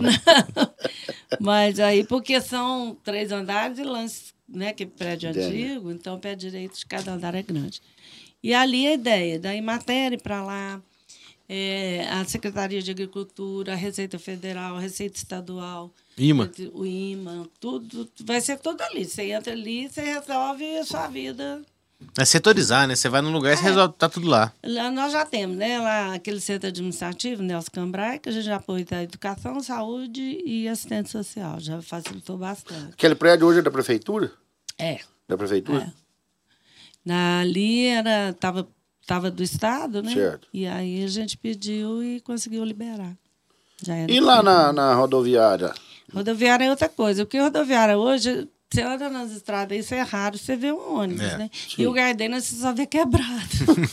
Mas aí, porque são três andares e lance, né? Que é prédio Entendi. antigo, então o pé direito de cada andar é grande. E ali a ideia, da Imatere para lá, é, a Secretaria de Agricultura, a Receita Federal, a Receita Estadual, Ima. o I M A, tudo, vai ser tudo ali. Você entra ali, você resolve a sua vida. É setorizar, né? Você vai num lugar e você resolve, tá tudo lá. Lá nós já temos, né? Lá aquele centro administrativo, Nelson Cambrai, que a gente já apoia a educação, saúde e assistente social. Já facilitou bastante. Aquele prédio hoje é da prefeitura? É. Da prefeitura? É. Na, ali era, tava, tava do Estado, né? Certo. E aí a gente pediu e conseguiu liberar. Já era E lá feito. na, na rodoviária? Rodoviária é outra coisa. Porque rodoviária hoje, você anda nas estradas, isso é raro, você vê um ônibus, É, né? sim. E o Gardena você só vê quebrado.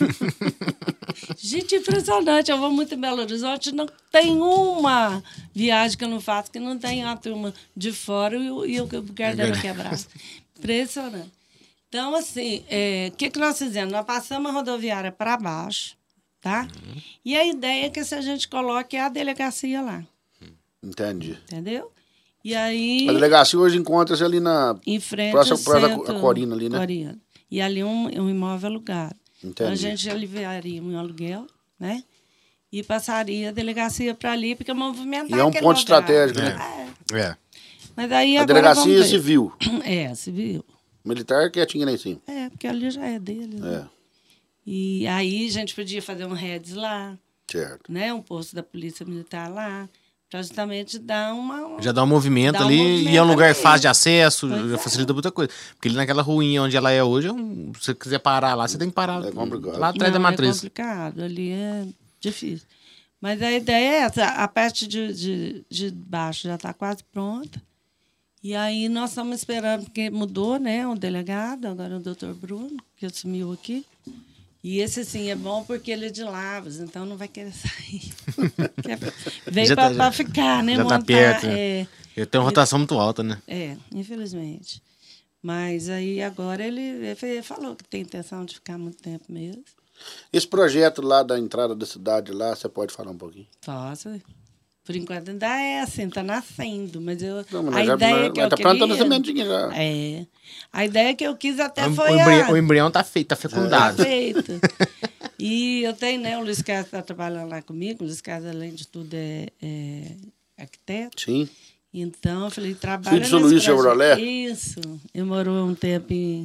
Gente, impressionante. Eu vou muito em Belo Horizonte, não tem uma viagem que eu não faço que não tem a turma de fora e o, e o Gardena quebrado. Impressionante. Então, assim, é, o que, que nós fizemos? Nós passamos a rodoviária para baixo, tá? Uhum. E a ideia é que se a gente coloque a delegacia lá, Entendi. entendeu? E aí, A delegacia hoje encontra-se ali na... em frente próximo- ao próximo centro a Corina ali, né? Corina. E ali um, um imóvel alugado. Então, a Entendi. gente aliviaria um aluguel, né? E passaria a delegacia para ali, porque movimentar E é um aquele ponto lugar. estratégico, né? É. É. Mas aí A agora delegacia vamos ver. civil. É, civil. Militar quietinho lá em cima. É, porque ali já é dele. Né? É, E aí a gente podia fazer um Reds lá, certo. né? Um posto da Polícia Militar lá, para justamente dar uma... Já dá um movimento Dá um ali movimento e é um lugar ali. fácil de acesso, Pois já é. facilita muita coisa. Porque ali naquela ruinha onde ela é hoje, é um- se você quiser parar lá, você tem que parar É complicado. lá atrás da Não, matriz. é complicado, ali é difícil. Mas a ideia é essa, a parte de, de, de baixo já está quase pronta. E aí nós estamos esperando, porque mudou, né, o delegado, agora o doutor Bruno, que assumiu aqui. E esse, sim, é bom porque ele é de Lavras, então não vai querer sair. Veio Já para tá- ficar, né? já tá montar, perto, né? é, Ele tem uma rotação muito alta, né? é, infelizmente. Mas aí agora ele, ele falou que tem intenção de ficar muito tempo mesmo. Esse projeto lá da entrada da cidade lá, você pode falar um pouquinho? Posso. Por enquanto ainda é assim, está nascendo, mas eu Não, mas a já- ideia mas- que mas eu tá plantando queria, sementinha já. É. A ideia que eu quis até O, foi o embrião, a o embrião tá feito, tá fecundado. feita. E eu tenho, né, o Luiz Carlos está trabalhando lá comigo, o Luiz Carlos, além de tudo, é, é arquiteto. Sim. Então, eu falei, trabalha Filho do seu nesse Luiz projeto. Chevrolet? Isso. Eu morou um tempo em,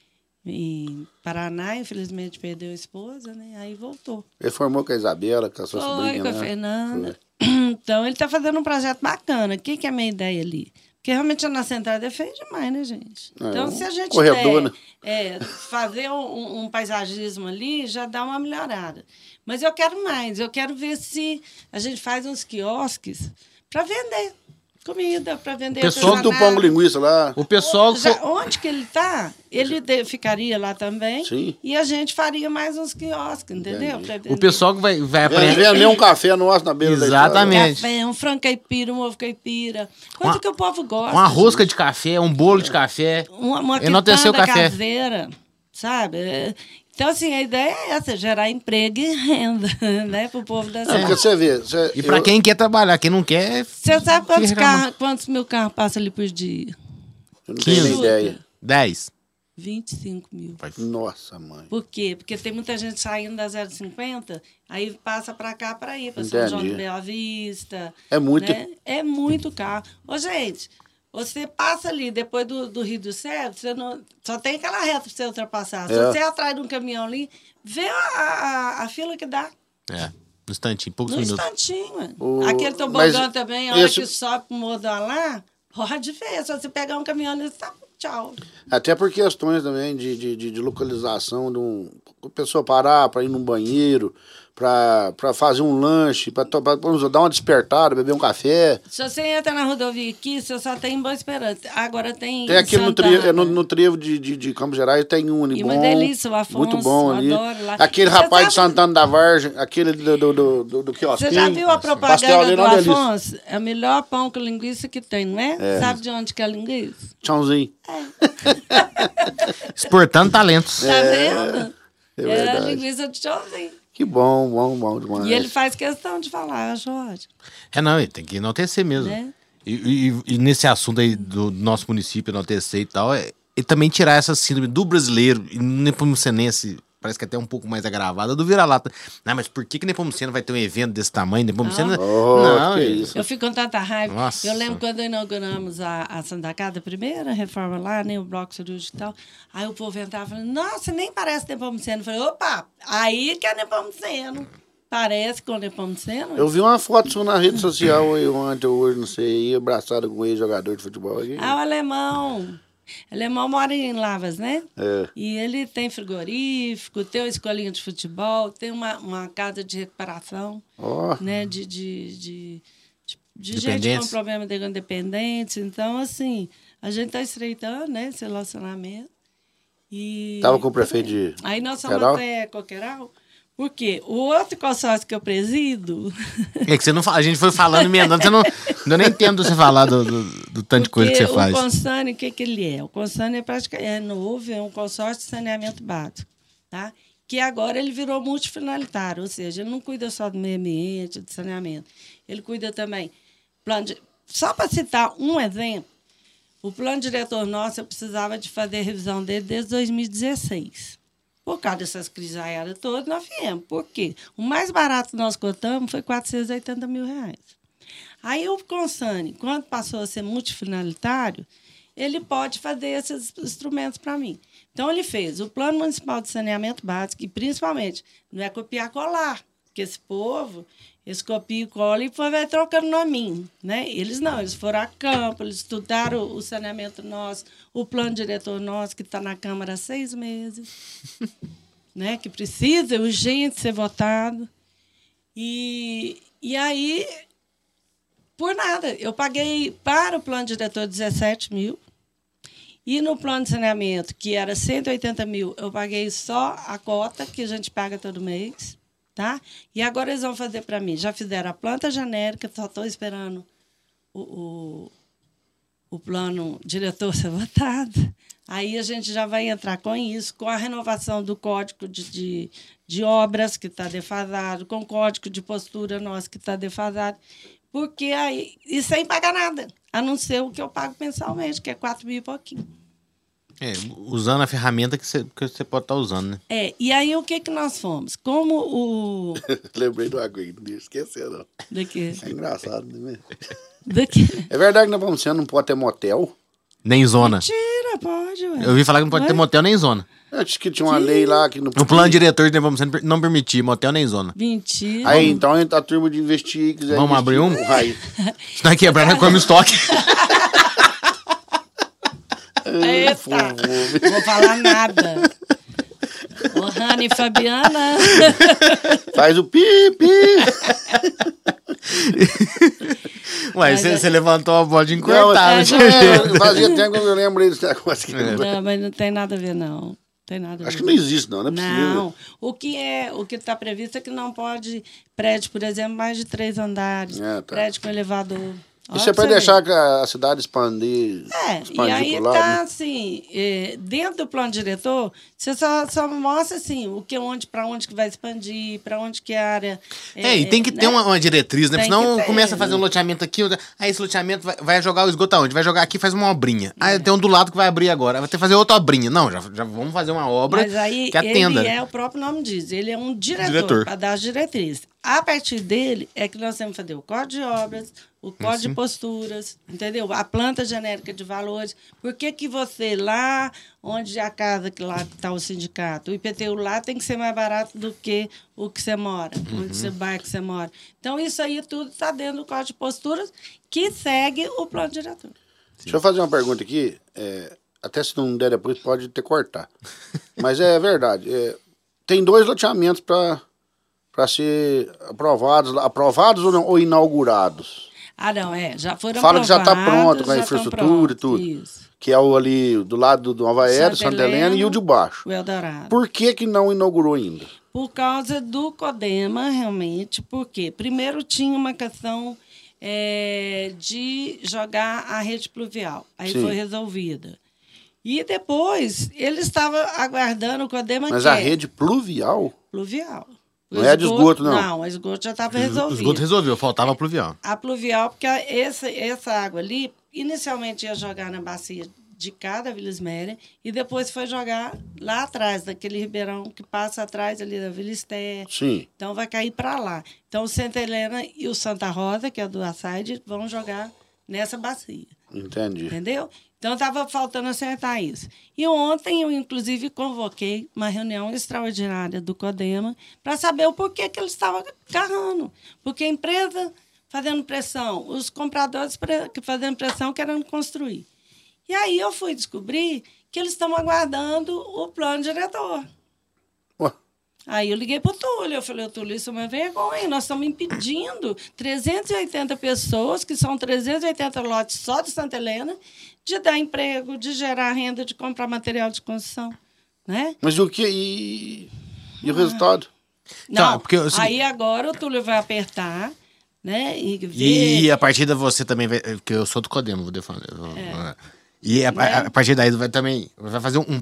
em Paraná, infelizmente perdeu a esposa, né? Aí voltou. Ele formou com a Isabela, com a sua Foi, sobrinha, com a né? Fernanda. Então, ele está fazendo um projeto bacana. O que, que é a minha ideia ali? Porque realmente a nossa entrada é feia demais, né, gente? É, Então, um se a gente corredor, der, né? é, fazer um, um paisagismo ali, já dá uma melhorada. Mas eu quero mais. Eu quero ver se a gente faz uns quiosques para vender comida, para vender Pessoal Tudo do artesanato. pão com linguiça lá. O pessoal. Já- onde que ele está, ele de- ficaria lá também. Sim. E a gente faria mais uns quiosques, entendeu? Entendi. Pra O vender pessoal que vai, vai Vem, aprender. vender um café nosso na beira Exatamente. café, um frango caipira, um ovo caipira. Coisa Uma- que o povo gosta. Uma rosca de café, um bolo de café. Uma, uma Enaltecer o quitanda café. caseira, sabe? É, então, assim, a ideia é essa, gerar emprego e renda, né, para o povo da É, porque cidade. você vê. Você, E pra eu- quem quer trabalhar, quem não quer, Você sabe quantos, que reclama. carros, quantos mil carros passam ali por dia? Eu não tenho nem quinze. ideia. dez. vinte e cinco mil. Nossa, mãe. Por quê? Porque tem muita gente saindo da zero cinquenta, aí passa para cá para ir, para São Entendi. João do Bela Vista. É muito. Né? É muito carro. Ô, gente, Você passa ali, depois do, do Rio do Céu, você não, só tem aquela reta para você ultrapassar. Se É. você é atrás de um caminhão ali, vê a, a, a fila que dá. É, no instantinho, poucos No minutos. instantinho, mano. O- Aquele tobogã mas também, a hora esse- que sobe pro morro lá, pode ver. Se você pegar um caminhão ali, tá, tchau. Até por questões também de, de, de, de localização, de um, a pessoa parar para ir num banheiro, para fazer um lanche, para dar uma despertada, beber um café. Se você entra na rodovia aqui, você só tem Boa Esperança. Agora tem Tem aqui no, Santana. trevo, no, no trevo de, de, de Campos Gerais, tem um ali E bom. uma delícia, o Afonso, muito bom ali. eu adoro lá. Aquele Você rapaz de sabe- Santana da Vargem, aquele do, do, do, do, do quiosquinho. Você já viu a Pastel propaganda ali, do uma delícia. Afonso? É o melhor pão com linguiça que tem, não é? Sabe de onde que é a linguiça? Tchauzinho. Exportando talentos. Tá vendo? é É, a verdade. linguiça de tchauzinho. Que bom, bom, bom demais. E ele faz questão de falar, Jorge. É, não, ele tem que enaltecer mesmo. Né? E, e- e nesse assunto aí do nosso município, enaltecer e tal, é, e também tirar essa síndrome do brasileiro, e nepomucenense, parece que até um pouco mais agravada, do vira-lata. Não, mas por que que Nepomuceno vai ter um evento desse tamanho? Nepomuceno... Oh, não, que e- isso. Eu fico com tanta raiva. Nossa. Eu lembro quando inauguramos a, a Santa Casa, a primeira reforma lá, né, o bloco cirúrgico e tal. Aí o povo entrava falando, nossa, nem parece Nepomuceno. Eu falei, opa, aí que é Nepomuceno. Parece com Nepomuceno. Eu vi uma foto sua na rede social aí ontem, hoje, não sei, aí, abraçado com um ex-jogador de futebol aqui. Ah, o alemão. O alemão mora em Lavras, né? É. E ele tem frigorífico, tem uma escolinha de futebol, tem uma, uma casa de recuperação, Ó, né? De, de, de, de, de gente Dependentes. com problema de dependentes. Então, assim, a gente está estreitando, né? Esse relacionamento. E tava com o prefeito de aí nós somos Coqueiral? até Coqueiral. Por quê? O outro consórcio que eu presido... É que você não fala, a gente foi falando, emendando, você não, eu nem entendo você falar do, do, do tanto de coisa que você Porque faz. o Consânio, o que, que ele é? O Consânio é, praticamente, é novo, é um consórcio de saneamento básico, tá? Que agora ele virou multifinalitário, ou seja, ele não cuida só do meio ambiente, do saneamento. Ele cuida também... Plano de, só para citar um exemplo, o plano diretor nosso, eu precisava de fazer a revisão dele desde dois mil e dezesseis. Por causa dessas crises aéreas todas, nós viemos. Por quê? O mais barato que nós cotamos foi quatrocentos e oitenta mil reais. Aí o Consane, quando passou a ser multifinalitário, ele pode fazer esses instrumentos para mim. Então, ele fez o Plano Municipal de Saneamento Básico, e principalmente, não é copiar colar, porque esse povo, eles copiam e colam e depois vai trocando nominho, né? Eles não, eles foram a campo, eles estudaram o saneamento nosso, o plano diretor nosso, que está na Câmara há seis meses, né? Que precisa urgente ser votado. E, e aí, por nada, eu paguei para o plano diretor dezessete mil, e no plano de saneamento, que era cento e oitenta mil, eu paguei só a cota que a gente paga todo mês. Tá? E agora eles vão fazer para mim. Já fizeram a planta genérica, só estou esperando o, o, o plano diretor ser votado. Aí a gente já vai entrar com isso, com a renovação do código de, de, de obras, que está defasado, com o código de postura nosso, que está defasado. Porque aí, e sem pagar nada, a não ser o que eu pago mensalmente, que é quatro mil e pouquinho. É, usando a ferramenta que você, que você pode estar usando, né? É, e aí o que, que nós fomos? Como o... Lembrei do Aguinho, não ia esquecer, não. Daqui. É engraçado, né? Daqui. É verdade que na Nepomuceno não pode ter motel? Nem zona. Mentira, pode, ué. Eu ouvi falar que não pode Ué? ter motel nem zona. Eu disse que tinha uma lei lá que não O plano diretor de Nepomuceno não permitia motel nem zona. Mentira. Aí, então, a turma de investir, quiser Vamos abrir um? investir, Aí. Se não é quebrar, nós come estoque. Eita, não vou falar nada. Ô, Rani e Fabiana. Faz o pi, pi. Ué, você, é- você levantou a bola de Não, encurtar. mas- né? é, fazia tempo que eu lembrei desse negócio. aqui. É. Não, mas não tem nada a ver, não. Tem nada a Acho ver. que não existe, não. Não é possível. Não. O que é, o que está previsto é que não pode prédio, por exemplo, mais de três andares. É, tá. Prédio com elevador. Olha Isso é pra para você deixar ver. que a cidade expandir, É, e expandir aí por lá, tá né? assim, é, dentro do plano diretor, você só, só mostra assim, o que onde, para onde que vai expandir, para onde que a área. É, e tem que né? ter uma, uma diretriz, né? Tem Porque senão que ter. começa a fazer um loteamento aqui, outra- aí esse loteamento vai, vai jogar o esgoto aonde? Vai jogar aqui e faz uma obrinha. Aí tem um do lado que vai abrir agora, vai ter que fazer outra obrinha. Não, já, já vamos fazer uma obra Mas aí que atenda. ele é, o próprio nome diz, ele é um diretor, Diretor. para dar as diretrizes. a partir dele é que nós temos que fazer o código de obras, o código Sim. de posturas, entendeu? A planta genérica de valores. Por que que você lá, onde a casa que lá está o sindicato, o I P T U lá tem que ser mais barato do que o que você mora, Uhum. onde você bairro que você mora. Então, isso aí tudo está dentro do código de posturas que segue o plano diretor. Deixa eu fazer uma pergunta aqui. É, até se não der depois, pode ter cortar. Mas é verdade. É, tem dois loteamentos para para ser aprovados, aprovados ou, não, ou inaugurados. Ah, não, é. Já foram Fala que já está aprovados, pronto com a já infraestrutura estão e prontos, tudo. Isso. Que é o ali do lado do Nova Aérea, Santa Santa Helena, Helena e o de baixo. O Eldorado. Por que que não inaugurou ainda? Por causa do CODEMA, realmente, porque primeiro tinha uma questão é, de jogar a rede pluvial. Aí Sim. foi resolvida. E depois, ele estava aguardando o CODEMA Mas que a é rede pluvial? pluvial. O Não é de esgoto, não? Não, o esgoto já estava O resolvido. esgoto resolveu, faltava a pluvial. A pluvial, porque essa, essa água ali, inicialmente ia jogar na bacia de cá da Vila Isméria e depois foi jogar lá atrás, daquele ribeirão que passa atrás ali da Vila Esté. Sim. Então vai cair para lá. Então o Santa Helena e o Santa Rosa, que é do Açaide, vão jogar nessa bacia. Entendi. Entendeu? Então estava faltando acertar isso. E ontem eu, inclusive, convoquei uma reunião extraordinária do CODEMA para saber o porquê que eles estavam agarrando. Porque a empresa fazendo pressão, os compradores pre- fazendo pressão querendo construir. E aí eu fui descobrir que eles estão aguardando o plano diretor. Ué, Aí eu liguei para o Túlio, eu falei, Túlio, isso é uma vergonha, nós estamos impedindo trezentas e oitenta pessoas, que são trezentos e oitenta lotes só de Santa Helena, de dar emprego, de gerar renda, de comprar material de construção, né? mas o que? E, e o resultado? Então, Não, porque é o seguinte- aí agora o Túlio vai apertar, né? E, ver, E a partir daí você também vai. Porque eu sou do Codemo, vou defender. É. E a, Né? a, a partir daí vai também. Vai fazer um.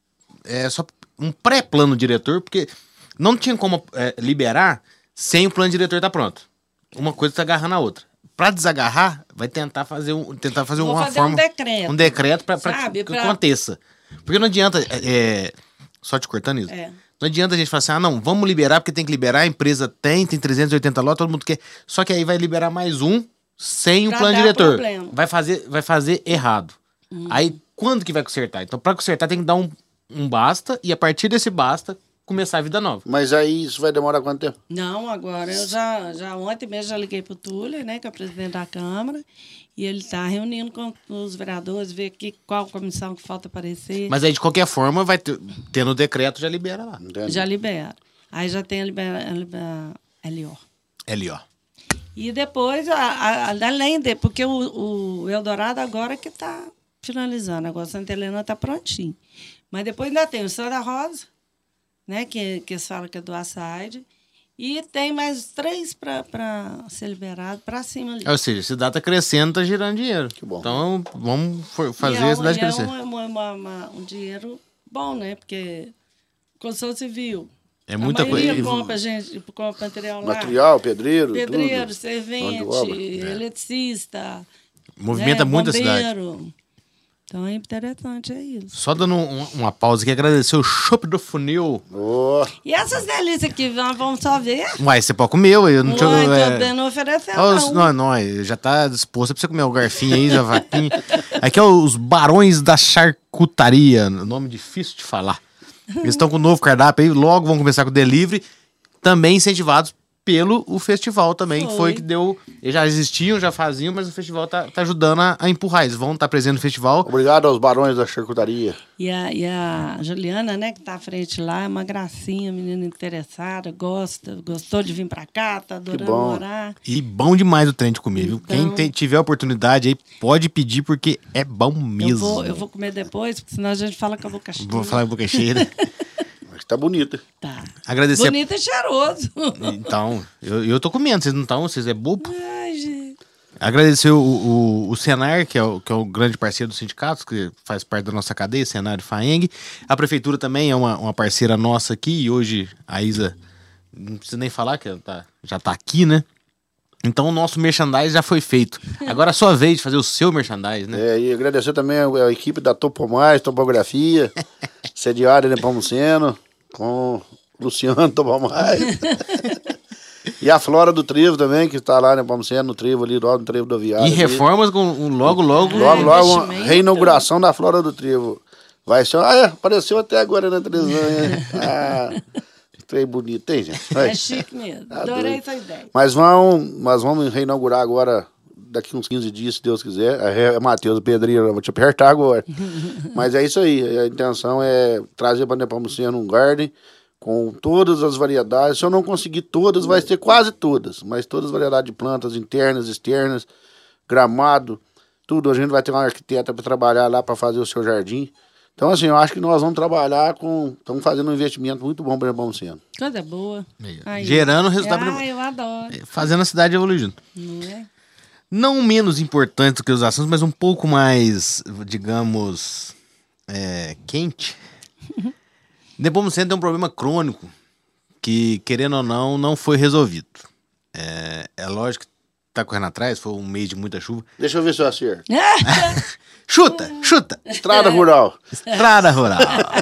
É só um pré-plano diretor, porque não tinha como é, liberar sem o plano diretor estar pronto. Uma coisa tá agarrando a outra. Para desagarrar, vai tentar fazer, um, tentar fazer Vou uma fazer um forma. decreto. Um decreto para Sabe, que pra- aconteça. Porque não adianta. É, só te cortando isso. É. Não adianta a gente falar assim, ah, não, vamos liberar porque tem que liberar, a empresa tem, tem trezentos e oitenta lotes, todo mundo quer. Só que aí vai liberar mais um sem Pra o plano dar diretor. problema. Vai fazer, vai fazer errado. Aí, quando que vai consertar? Então, para consertar, tem que dar um, um basta e a partir desse basta, começar a vida nova. Mas aí isso vai demorar quanto tempo? Não, agora eu já, já ontem mesmo já liguei para o Túlio, né, que é o presidente da Câmara, e ele está reunindo com os vereadores, ver que, qual comissão que falta aparecer. Mas aí, de qualquer forma, vai ter, tendo o decreto, já libera lá. Entende? Já libera. Aí já tem a libera, a libera, L O. Ali, ó. E depois, a, a, além de... Porque o, o Eldorado agora que está finalizando, agora Santa Helena está prontinho. Mas depois ainda tem o Santa Rosa, né, que, que eles falam que é do Açaide, e tem mais três para ser liberado para cima ali. Ou seja, a cidade tá crescendo, tá girando dinheiro. Que bom. Então, vamos for- fazer E é, a cidade e é crescer. um, uma- uma- uma- um dinheiro bom, né? Porque construção civil. É muita a maioria coisa. compra, gente, compra material lá. Material, pedreiro, Pedreiro, tudo. servente, Mão de obra. eletricista. Movimenta né? muito a cidade. Bombeiro. Então é interessante, é isso. Só dando um- uma pausa aqui, agradecer o Chopp do Funil. Oh, E essas delícias aqui, nós vamos só ver. Uai, você pode comer, ué, eu não tinha... Não, é... também não ofereceu, Ó, os- não. não, não, já tá disposto pra você comer o garfinho aí, já vaquinha. Aqui é os Barões da Charcutaria, nome difícil de falar. Eles estão com um novo cardápio aí, logo vão começar com o delivery, também incentivados pelo o festival também, que Foi. foi que deu... Eles já existiam, já faziam, mas o festival tá, tá ajudando a, a empurrar. Eles vão estar presentes no festival. obrigado aos barões da charcutaria. E a, e a Juliana, né, que tá à frente lá, é uma gracinha, menina interessada, gosta, gostou de vir pra cá, tá adorando bom. morar. E bom demais o trem de comer, viu? Então- Quem tem- tiver oportunidade aí, pode pedir, porque é bom Eu mesmo. vou, eu vou comer depois, porque senão a gente fala com a boca cheia. Vou falar a boca cheia, né? Mas tá bonita. Tá. Agradecer. a- Bonito e cheiroso. Então, eu, eu tô comendo, vocês não estão? Vocês é bobo? Ai, gente. Agradecer o, o, o Senar, que é o, que é o grande parceiro dos sindicatos, que faz parte da nossa cadeia, Senar e Faeng. A prefeitura também é uma, uma parceira nossa aqui, e hoje a Isa, não precisa nem falar, que ela tá, já tá aqui, né? Então o nosso merchandise já foi feito. Agora é a sua vez de fazer o seu merchandise, né? É, e agradecer também a, a equipe da Topomais, Topografia, sediária de Nepomuceno, com o Luciano Topomais. E a Flora do Trevo também, que está lá, né, vamos ser no Trevo ali, logo no Trevo do Viário. Em reformas, com um logo, logo... Logo, Ah, logo, uma investimento. reinauguração da Flora do Trevo. Vai ser... Ah, é, apareceu até agora na televisão, hein? Ah, trem bonito, hein, gente? Vai. É chique mesmo. Tá Adorei doido. essa ideia. Mas vamos, mas vamos reinaugurar agora, daqui uns quinze dias, se Deus quiser. É, Matheus, Pedrinho, eu vou te apertar agora. Mas é isso aí. A intenção é trazer para Nepomuceno um garden com todas as variedades. Se eu não conseguir todas, vai ser quase todas. Mas todas as variedades de plantas internas, externas, gramado, tudo. A gente vai ter uma arquiteta para trabalhar lá para fazer o seu jardim. Então, assim, eu acho que nós vamos trabalhar com... Estamos fazendo um investimento muito bom para Nepomuceno. Coisa boa. Aí. Gerando resultado. Ah, eu adoro. Fazendo a cidade evoluir junto. Não é? Não menos importante do que os assuntos, mas um pouco mais, digamos, é, quente. Nepomuceno tem um problema crônico que, querendo ou não, não foi resolvido. É, é lógico que tá correndo atrás, foi um mês de muita chuva. Deixa eu ver se eu acerto. Chuta, chuta! Estrada Rural. Estrada rural.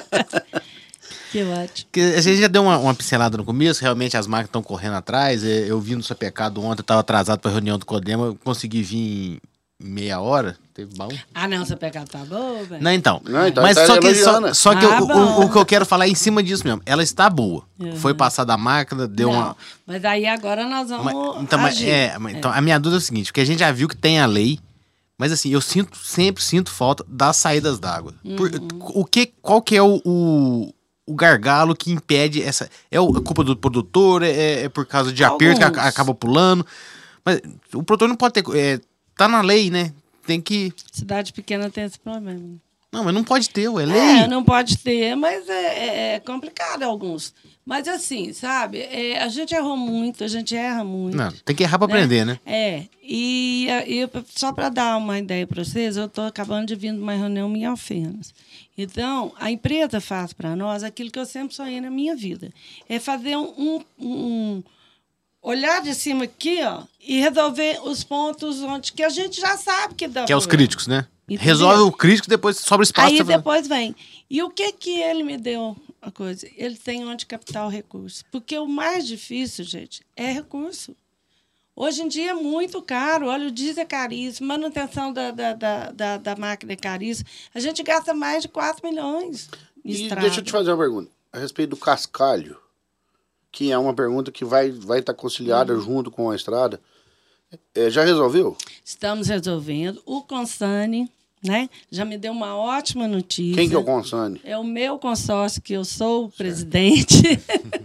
Que ótimo. Que a gente já deu uma, uma pincelada no começo, realmente as máquinas estão correndo atrás. é, Eu vi no seu pecado ontem, eu estava atrasado para a reunião do Codema, eu consegui vir em meia hora, teve bom. Ah, não, seu pecado tá bom, velho. Não, então. Não, então mas tá só que, só, elogiando. só que Ah, o, bom. o, o que eu quero falar é em cima disso mesmo. Ela está boa. Uhum. Foi passada a máquina, deu Não, uma. mas aí agora nós vamos Mas- então, mas, agir. é, mas- então, a minha dúvida é o seguinte: porque a gente já viu que tem a lei, mas assim, eu sinto, sempre sinto falta das saídas d'água. Por- O que, qual que é o, o, o gargalo que impede essa. É o- a culpa do produtor? É, é por causa de aperto que Alguns. a- acaba pulando? Mas o produtor não pode ter. É, tá na lei, né? Tem que. Cidade pequena tem esse problema. Não, mas não pode ter, ué, é lei. É, não pode ter, mas é, é- é complicado alguns. Mas assim, sabe, é, a gente errou muito, a gente erra muito. Não, tem que errar pra né? aprender, né? É, e, e só para dar uma ideia para vocês, eu estou acabando de vir de uma reunião em Alfenas. Então, a empresa faz para nós aquilo que eu sempre sonhei na minha vida. É fazer um, um- um- olhar de cima aqui, ó, e resolver os pontos onde que a gente já sabe que dá Que é os problema. críticos, né? Entendeu? Resolve o crítico, depois sobra espaço. Aí pra você fazer. depois vem. E o que que ele me deu a coisa? Ele tem onde captar o recurso. Porque o mais difícil, gente, é recurso. Hoje em dia é muito caro. Olha, o diesel é caríssimo, manutenção da, da, da, da, da máquina é caríssima. A gente gasta mais de quatro milhões em E estrada. deixa eu te fazer uma pergunta. A respeito do cascalho, que é uma pergunta que vai estar vai tá conciliada Uhum. junto com a estrada. É, já resolveu? Estamos resolvendo. O Consane, né, já me deu uma ótima notícia. Quem que é o Consane? É o meu consórcio, que eu sou o presidente,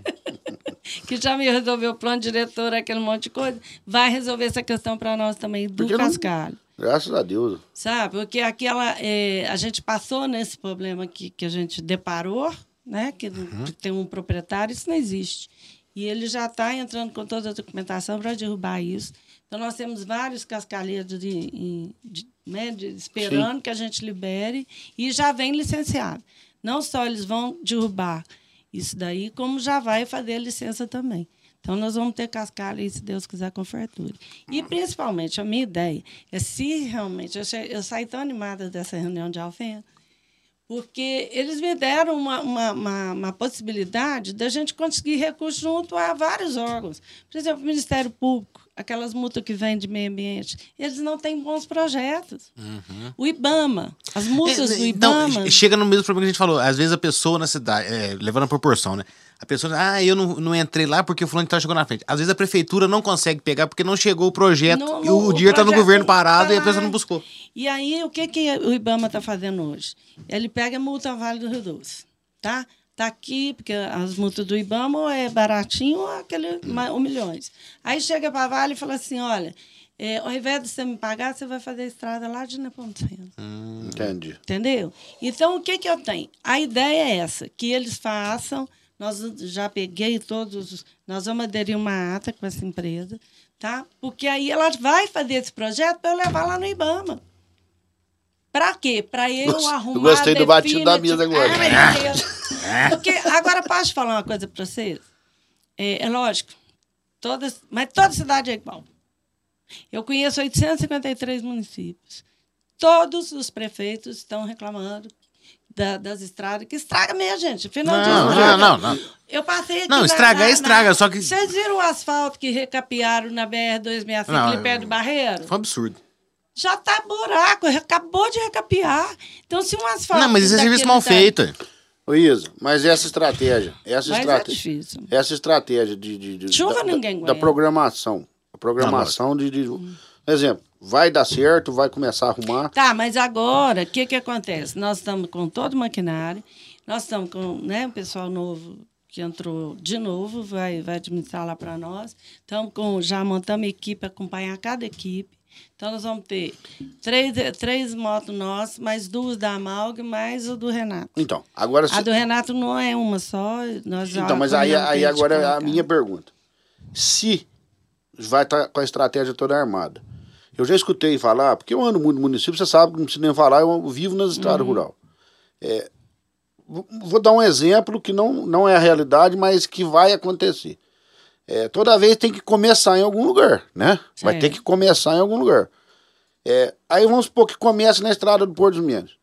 que já me resolveu o plano diretor, aquele monte de coisa, vai resolver essa questão para nós também do Porque não- cascalho. Graças a Deus. Sabe? Porque aquela, é, a gente passou nesse problema que, que a gente deparou, né? Que, que tem um proprietário, isso não existe. E ele já está entrando com toda a documentação para derrubar isso. Então, nós temos vários cascalheiros de, de- de- né, de- esperando Sim. que a gente libere e já vem licenciado. Não só eles vão derrubar isso daí, como já vai fazer a licença também. Então, nós vamos ter cascalho aí, se Deus quiser, com fartura. E, principalmente, a minha ideia é se realmente... Eu, che- eu saí tão animada dessa reunião de Alfena, porque eles me deram uma, uma, uma, uma possibilidade da gente conseguir recursos junto a vários órgãos. Por exemplo, o Ministério Público, aquelas multas que vêm de meio ambiente, eles não têm bons projetos. O IBAMA, as multas É, do então, IBAMA... chega no mesmo problema que a gente falou. Às vezes a pessoa na cidade, é, levando a proporção, né? A pessoa diz, ah, eu não, não entrei lá porque o fulano de tal chegou na frente. Às vezes a prefeitura não consegue pegar porque não chegou o projeto Não, e não, o o dinheiro está no projeto governo tá parado e a lá. pessoa não buscou. E aí, o que, que o IBAMA está fazendo hoje? Ele pega a multa Vale do Rio Doce, tá? Está aqui, porque as multas do IBAMA ou é baratinho ou é aquele ma- ou milhões. Aí chega para a Vale e fala assim, olha, é, ao invés de você me pagar, você vai fazer a estrada lá de Nepomuceno. Entendi. Entendeu? Então, o que, que eu tenho? A ideia é essa, que eles façam. Nós já peguei todos, os- nós vamos aderir uma ata com essa empresa, tá? Porque aí ela vai fazer esse projeto para eu levar lá no IBAMA. Para quê? Para eu Gost- eu arrumar... gostei do batido da mesa agora. Ah, meu Deus. Porque, agora, posso falar uma coisa para vocês? É, é lógico, todas, mas toda cidade é igual. Eu conheço oitocentos e cinquenta e três municípios. Todos os prefeitos estão reclamando da- das estradas, que estraga mesmo, gente. Final de Não, semana. não, não, não. Eu passei aqui Não, na- estragar, na- estraga, na- só que- Vocês viram o asfalto que recapearam na B R duzentos e sessenta e cinco, Não, ali perto do Barreiro? Foi um absurdo. Já tá buraco, acabou de recapear. Então, se um asfalto... Não, mas isso é serviço mal daquele feito. Ô, Isa, mas essa estratégia, essa Mas é estratégia, difícil. essa estratégia de, de, de- Chuva da, ninguém da, da aguenta. programação, a programação de, de, exemplo, vai dar certo, vai começar a arrumar. Tá, mas agora, o que que acontece? Nós estamos com todo o maquinário, nós estamos com, né, o pessoal novo que entrou de novo, vai, vai administrar lá para nós. Estamos com, já montamos equipe para acompanhar cada equipe. Então, nós vamos ter três, três motos nossas, mais duas da Amalg, mais o do Renato. Então, agora A do Renato não é uma só. Nós já então, mas aí, combinamos aí pra gente agora é a colocar. minha pergunta. Se vai estar com a estratégia toda armada. Eu já escutei falar, porque eu ando muito no município, você sabe que não precisa nem falar, eu vivo nas estradas Uhum. rurais. É, vou- vou dar um exemplo que não, não é a realidade, mas que vai acontecer. É, toda vez tem que começar em algum lugar, né? Vai Certo. ter que começar em algum lugar. É, aí vamos supor que comece na estrada do Porto dos Menos.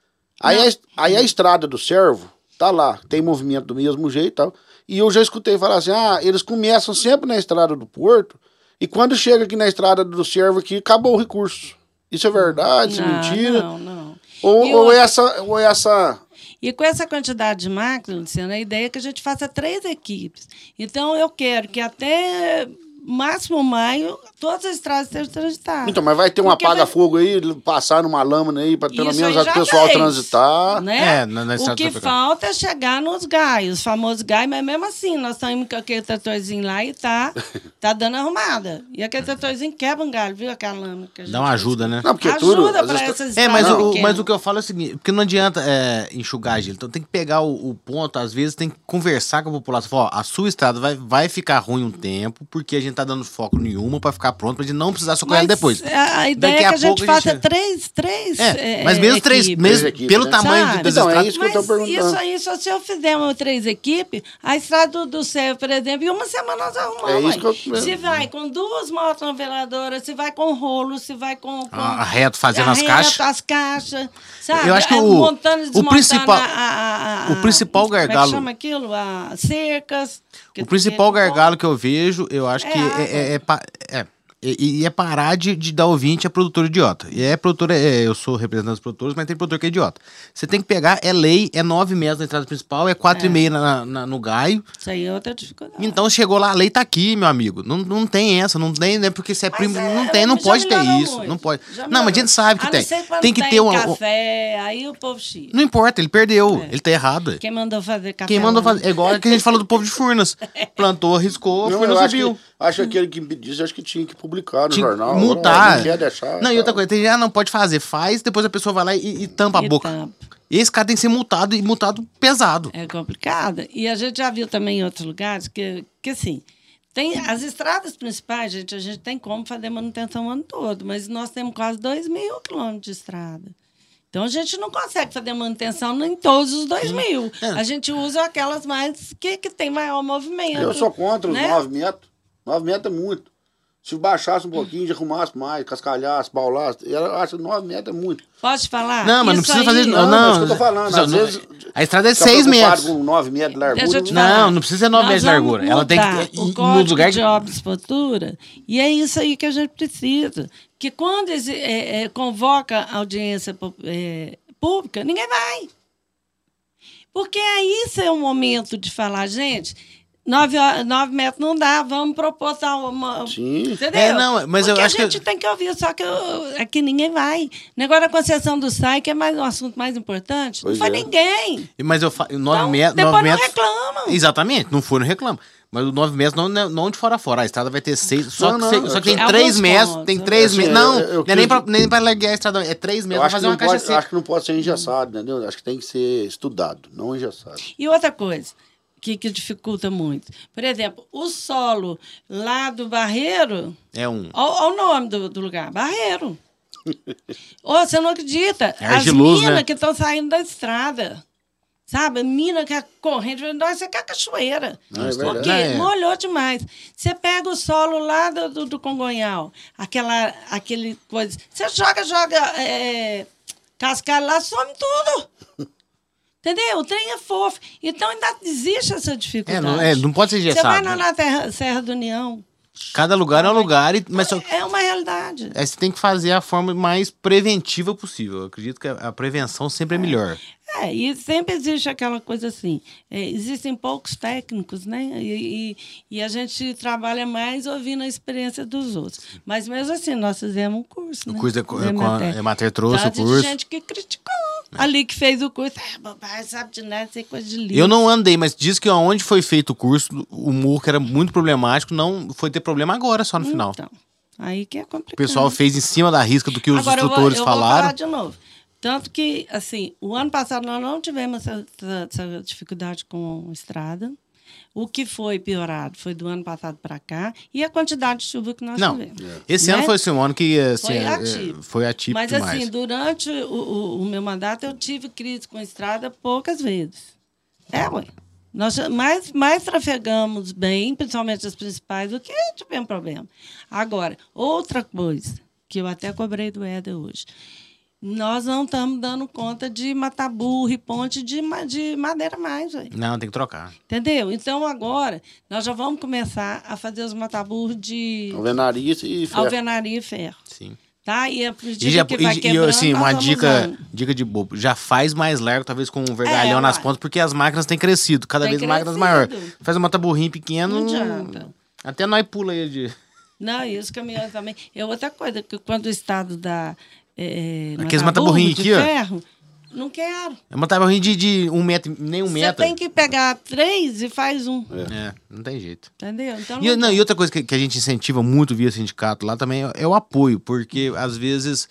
Aí a, es- aí a estrada do Servo tá lá, tem movimento do mesmo jeito e tal. E eu já escutei falar assim, ah, eles começam sempre na estrada do Porto e quando chega aqui na estrada do Servo aqui, acabou o recurso. Isso é verdade, isso é Não, mentira? Não, não. Ou, E ou, outra- essa, ou essa... E com essa quantidade de máquinas, Luciana, a ideia é que a gente faça três equipes. Então, eu quero que até máximo maio, todas as estradas sejam transitadas. Então, mas vai ter um Porque apaga-fogo aí, passar numa lâmina aí, para pelo Isso menos aí o já pessoal fez, transitar. Né? É, na- na o estrada que tropical. falta é chegar nos gaios, os famosos gaios, mas mesmo assim, nós estamos com aquele tratorzinho lá e tá, tá dando arrumada. E aquele tratorzinho quebra um galho, viu aquela lâmina que a gente Dá uma ajuda, né? Não, porque Ajuda tudo... às para vezes tá- essas É, mas estradas o, pequenas. mas o que eu falo é o seguinte, porque não adianta é, enxugar gelo. Então tem que pegar o, o ponto, às vezes tem que conversar com a população. Falar, ó, a sua estrada vai, vai ficar ruim um tempo, porque a gente tá dando foco nenhuma pra ficar pronto, pra gente não precisar socorrer ela Mas depois. A, a ideia Daqui é a que a gente pouco a faça gente- três, três É, é, mas mesmo três, equipes. mesmo Três equipes, pelo né? tamanho Sabe? das Então, é estradas. isso que eu tô Mas perguntando. isso aí, só se eu fizermos três equipes, a estrada do, do Céu, por exemplo, em uma semana nós arrumamos. É isso que eu- mãe. Se vai com duas motos niveladoras, se vai com rolo, se vai com... com Ah, reto, fazendo as reto, caixas. as caixas, sabe? Eu acho que É, o- montando e o desmontando principal- a- a- a- o principal como é que gargalo- chama aquilo? As cercas. O principal que- gargalo que eu vejo, eu acho É que água. é, é, é, pa- é, e e é parar de, de dar ouvinte a produtor idiota. E é produtor, é, eu sou representante dos produtores, mas tem produtor que é idiota. Você tem que pegar, é lei, é nove metros na entrada principal, é quatro e meio na, na- no gaio. Isso aí é outra dificuldade. Então chegou lá, a lei tá aqui, meu amigo. Não, não tem essa, não tem, né? Porque se é Mas primo, é, não tem, não já pode ter melhorou isso. muito, Não pode. já Não, mas a melhorou. gente sabe que A não tem. ser quando Tem que tem ter um. um- café, aí o povo chia. Não importa, ele perdeu. É. Ele tá errado. Quem mandou fazer café? Quem mandou lá? fazer. É igual que a gente falou do povo de Furnas. Plantou, arriscou, a Não, Furnas eu acho subiu. que, acho que aquele que me disse, acho que tinha que publicar no Tinha que jornal. multar. Não quer deixar. Não, e tal. outra coisa, tem gente, ah, não pode fazer. Faz, depois a pessoa vai lá e, e tampa a E boca. tampa. Esse cara tem que ser multado e multado pesado. É complicado. E a gente já viu também em outros lugares que, que assim, tem as estradas principais, gente, a gente tem como fazer manutenção o ano todo, mas nós temos quase dois mil quilômetros de estrada. Então, a gente não consegue fazer manutenção em todos os dois mil. É. A gente usa aquelas mais que, que tem maior movimento. Eu sou contra os né? nove metros. Nove metros é muito. Se baixasse um pouquinho, já arrumasse mais, cascalhasse, baulasse, eu acho que nove metros é muito. Pode falar? Não, mas não Isso precisa aí- fazer. Não, Não, mas não. isso que eu tô falando, Não, às não, vezes- a estrada é Tá seis preocupado metros. com nove metros de largura. Deixa eu te Não, falar. não precisa ser nove Nós metros de vamos largura. Ela tem que mudar ter- o no código lugar de que- obras futura, e é isso aí que a gente precisa. Que quando exi- é, é, convoca audiência pu- é, pública, ninguém vai. Porque aí isso é o momento de falar, gente, nove, horas- nove metros não dá, vamos propor tal uma... Sim. Entendeu? É, não, mas eu Porque acho que- a gente tem que ouvir, só que eu- aqui ninguém vai. O negócio da concessão do S A I, que é mais um assunto mais importante, Pois não foi é. ninguém. Mas eu falo. Nove Então, metros. depois nove não metros. reclamam. Exatamente, não foi, não reclama. Mas o nove metros não, não não de fora a fora. A estrada vai ter seis. Só, Não, que, não, se- só que tem é três alguns metros. pontos, Tem né? três Assim, metros. eu- Não, eu- eu não é nem pra, quis- nem pra largar a estrada. É três Eu metros pra acho, que fazer não uma caixa pode, seca. acho que não pode ser engessado, entendeu? Acho que tem que ser estudado, não engessado. E outra coisa que, que dificulta muito. Por exemplo, o solo lá do Barreiro, É um. olha o nome do, do lugar, Barreiro. Ô, você não acredita? É As argiloso, minas né? que estão saindo da estrada. Sabe? Mina que é corrente, nós isso aqui é cachoeira. Não, é verdade. Porque É. molhou demais. Você pega o solo lá do, do, do Congonhal, aquela, aquele coisa. Você joga, joga é, cascalho lá, some tudo. Entendeu? O trem é fofo. Então ainda existe essa dificuldade. É, não, é, não pode ser Você engessado. vai na, né? na terra, Serra do União. Cada lugar é um lugar, e, mas só, É uma realidade. é, você tem que fazer a forma mais preventiva possível. Eu acredito que a, a prevenção sempre é melhor. É, e sempre existe aquela coisa assim, é, existem poucos técnicos, né? E, e, e a gente trabalha mais ouvindo a experiência dos outros. Mas mesmo assim, nós fizemos um curso, O né? curso é, Da com a Emater. Emater trouxe Tanto o curso. de gente que criticou. Ali que fez o curso, ah, bobagem, sabe de nada, isso é coisa de livro. Eu não andei, mas diz que onde foi feito o curso, o muro que era muito problemático, não foi ter problema agora, só no final. Então, aí que é complicado. O pessoal fez em cima da risca do que os Agora, instrutores eu vou, eu falaram. Vou falar de novo. Tanto que, assim, o ano passado nós não tivemos essa, essa, essa dificuldade com estrada. O que foi piorado foi do ano passado para cá e a quantidade de chuva que nós Não, tivemos. esse né? ano foi assim, um ano que assim, Foi é, atípico. foi atípico Mas, demais. assim, durante o, o, o meu mandato, eu tive crise com estrada poucas vezes. É, ué. Nós mais, mais trafegamos bem, principalmente as principais, do que tivemos problema. Agora, outra coisa que eu até cobrei do Éder hoje. Nós não estamos dando conta de matar burro e ponte de, ma- de madeira mais, velho. Não, tem que trocar. Entendeu? Então, agora, nós já vamos começar a fazer os mataburros de Alvenaria e ferro. alvenaria e ferro. Sim. Tá? E a medida E, já, que vai e, e, quebrando, assim, nós uma vamos dica, usando. dica de bobo. Já faz mais largo, talvez com um vergalhão É, nas uai. pontas, porque as máquinas têm crescido. Cada Tem vez máquinas crescido. maiores. Faz um mataburrinho pequeno. Não adianta. Até nós pula aí de. Não, e os caminhões também. É outra coisa, que quando o Estado dá é, Aqueles mataburro mataburrinhos de aqui, ó. ferro, não quero. É um mataburrinho de, de um metro, nem um Você metro. tem que pegar três e faz um. É, não tem jeito. Entendeu? Então, E, não não, dá. e outra coisa que, que a gente incentiva muito via sindicato lá também é, é o apoio, porque às vezes.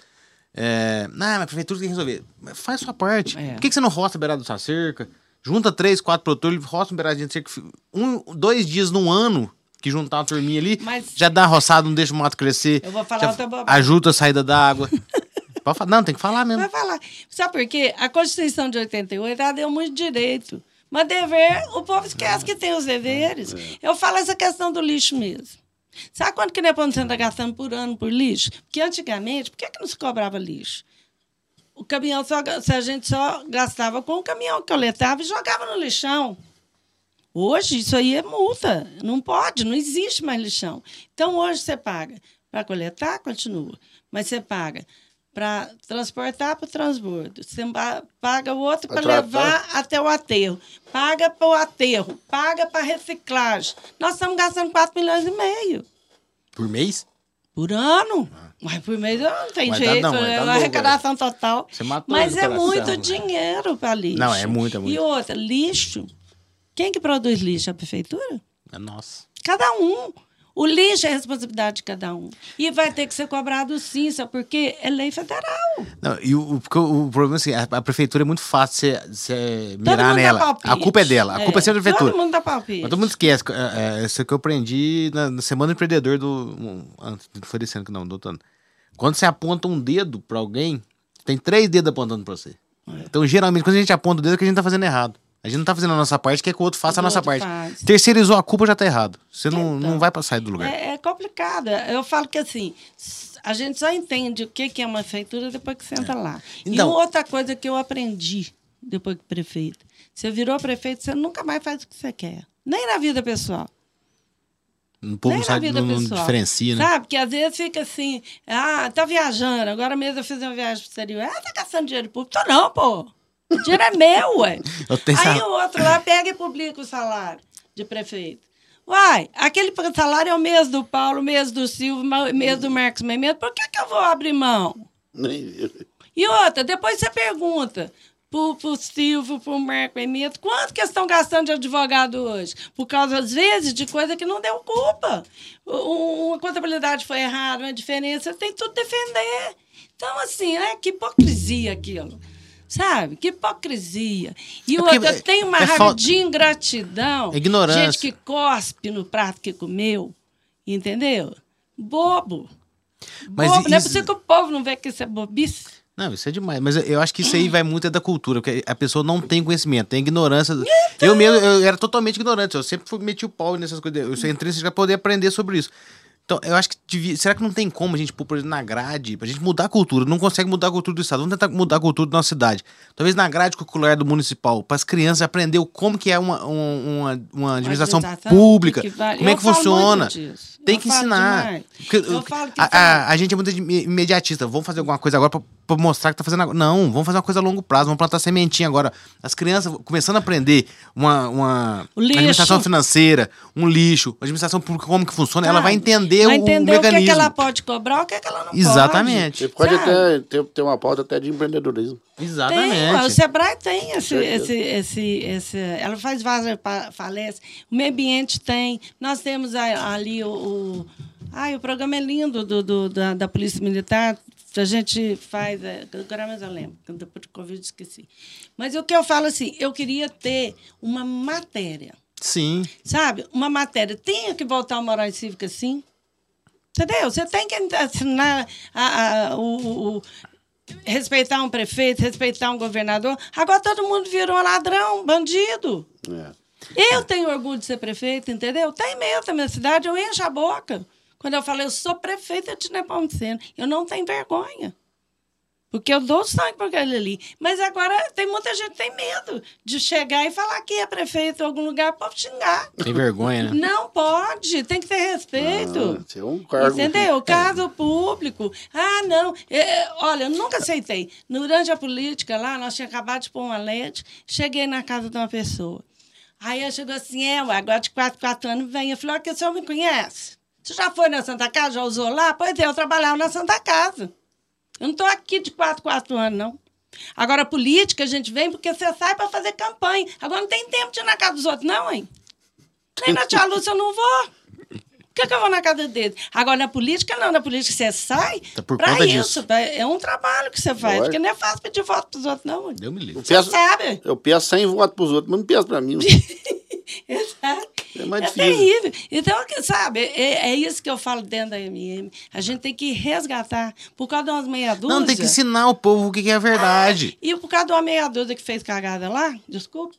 É, não, mas a prefeitura tem que resolver. Mas faz sua parte. É. Por que, que você não roça a beirada da sua cerca? Junta três, quatro produtores, roça uma beiradinha de cerca. Um, dois dias num ano que juntar uma turminha ali, Mas- já dá roçado, não deixa o mato crescer. Eu vou falar já outra bobagem. ajuda a saída da água. Pode falar. Não, tem que falar mesmo. Vai falar. Sabe por quê? A Constituição de oitenta e oito ela deu muito direito. Mas dever, o povo esquece que tem os deveres. Eu falo essa questão do lixo mesmo. Sabe quanto que Nepomuceno está gastando por ano por lixo? Porque antigamente, por que, que não se cobrava lixo? O caminhão só, se a gente só gastava com o caminhão que coletava e jogava no lixão. Hoje, isso aí é multa. Não pode, não existe mais lixão. Então, hoje você paga para coletar, continua. Mas você paga para transportar para o transbordo. Você ba- paga o outro para Pra tratar. levar até o aterro. Paga para o aterro. Paga para reciclagem. Nós estamos gastando quatro milhões e meio Por mês? por ano. Mas por mês não tem Mas dá- jeito. não, mas dá é louco, uma arrecadação total. Você matou Mas ele é pela muito selva. dinheiro para lixo. Não, é muito, é muito. E outra, lixo. Quem que produz lixo? A prefeitura? É nossa. Cada um. O lixo é responsabilidade de cada um. E vai ter que ser cobrado sim, sabe por quê? É lei federal. Não, e o, o, porque o, o problema é assim, a, a prefeitura é muito fácil você, você Todo mirar mundo dá nela. palpite. A culpa é dela, a culpa é, sempre da prefeitura. Todo mundo dá palpite. Mas todo mundo esquece. É, é, isso que eu aprendi na, na Semana do Empreendedor do. Um, antes, não foi desse ano que não, do outro ano. Quando você aponta um dedo pra alguém, tem três dedos apontando pra você. É. Então, geralmente, quando a gente aponta o dedo, é que a gente tá fazendo errado. A gente não tá fazendo a nossa parte, quer que o outro faça O a nossa outro parte. faz. Terceirizou a culpa, já tá errado. Você não, Então, não vai pra sair do lugar. É, é complicado. Eu falo que assim, a gente só entende o que que é uma prefeitura depois que senta lá. Então- e outra coisa que eu aprendi depois que prefeito. Você virou prefeito, você nunca mais faz o que você quer. Nem na vida pessoal. O povo Nem não na sabe, vida não, não pessoal. diferencia, né? Sabe? Porque às vezes fica assim, ah, tá viajando, agora mesmo eu fiz uma viagem pro exterior. Ah, tá gastando dinheiro público. Tô não, pô. O dinheiro é meu, ué. Eu tenho Aí essa- o outro lá pega e publica o salário de prefeito. Uai, aquele salário é o mês do Paulo, o mês do Silvio, o mês do Marcos Memento. Por que, que eu vou abrir mão? Nem- E outra, depois você pergunta pro, pro Silvio, pro Marco Memento, quanto que eles estão gastando de advogado hoje? Por causa, às vezes, de coisa que não deu culpa. U- Uma contabilidade foi errada, uma diferença, tem tudo defender. Então, assim, né? Que hipocrisia aquilo. Sabe? Que hipocrisia. E É porque outra, é- tem uma é raiva falta- de ingratidão. É ignorância. Gente que cospe no prato que comeu. Entendeu? Bobo. Mas Bobo. Não é isso- possível que o povo não vê que isso é bobice. Não, isso é demais. Mas eu- eu acho que isso aí vai muito é da cultura, porque a pessoa não tem conhecimento, tem ignorância. Eu mesmo, eu era totalmente ignorante. Eu sempre fui, meti o pau nessas coisas. Eu só entrei para poder aprender sobre isso. Então, eu acho que devia... Será que não tem como a gente pôr, por exemplo, na grade, pra gente mudar a cultura? Não consegue mudar a cultura do estado. Vamos tentar mudar a cultura da nossa cidade. Talvez na grade curricular do municipal, para as crianças aprender como que é uma, uma, uma administração pública, que vai... como é que funciona. Tem eu que ensinar. Porque, eu falo que a, a, a gente é muito imediatista. Vamos fazer alguma coisa agora pra, pra mostrar que tá fazendo agora. Não, vamos fazer uma coisa a longo prazo. Vamos plantar sementinha agora. As crianças começando a aprender uma, uma administração financeira, um lixo, uma administração pública, como que funciona, ah, ela vai entender vai o, entender o mecanismo. O que, é que ela pode cobrar, o que, é que ela não Exatamente. pode. Você pode até ter, ter uma pauta até de empreendedorismo. Exatamente. Tem, o Sebrae tem esse, esse, esse, esse... Ela faz várias palestras. O meio ambiente tem. Nós temos ali o... o ai, o programa é lindo do, do, da, da Polícia Militar. A gente faz... Agora mais eu lembro. Depois do Covid esqueci. Mas o que eu falo assim, eu queria ter uma matéria. Sim. Sabe? Uma matéria. Tinha que voltar ao moral cívica, sim. Entendeu? Você tem que assinar a, a, o... o respeitar um prefeito, respeitar um governador. Agora todo mundo virou ladrão, bandido. É. Eu tenho orgulho de ser prefeito, entendeu? Tem medo da minha cidade, eu encho a boca. Quando eu falo, eu sou prefeita de Nepomuceno, eu não tenho vergonha. Porque eu dou sangue para aquele ali. Mas agora tem muita gente que tem medo de chegar e falar que é prefeito em algum lugar, pode xingar. Tem vergonha, né? Não pode, tem que ter respeito. Ah, tem um cargo. Entendeu? O caso público. Ah, não. É, olha, eu nunca aceitei. Durante a política lá, nós tínhamos acabado de pôr uma leite, cheguei na casa de uma pessoa. Aí ela chegou assim, é, agora de quatro, quatro anos vem. Eu falei, ó, que o senhor me conhece? Você já foi na Santa Casa? Já usou lá? Pois é, eu trabalhava na Santa Casa. Eu não estou aqui de quatro, quatro anos, não. Agora, a política, a gente vem porque você sai para fazer campanha. Agora, não tem tempo de ir na casa dos outros, não, hein? Nem na tia Lúcia eu não vou. Por que, que eu vou na casa deles? Agora, na política, não. Na política, você sai tá para isso. Pra, é um trabalho que você faz. Boa. Porque não é fácil pedir voto para os outros, não. Deu me livre. Você sabe? Eu peço cem votos para os outros, mas não peço para mim. Exato. É, mais é terrível. Então, sabe, é, é isso que eu falo dentro da M M. A gente tem que resgatar. Por causa de umas meia dúzia... Não, tem que ensinar o povo o que é a verdade. Ah, e por causa de uma meia dúzia que fez cagada lá, desculpe,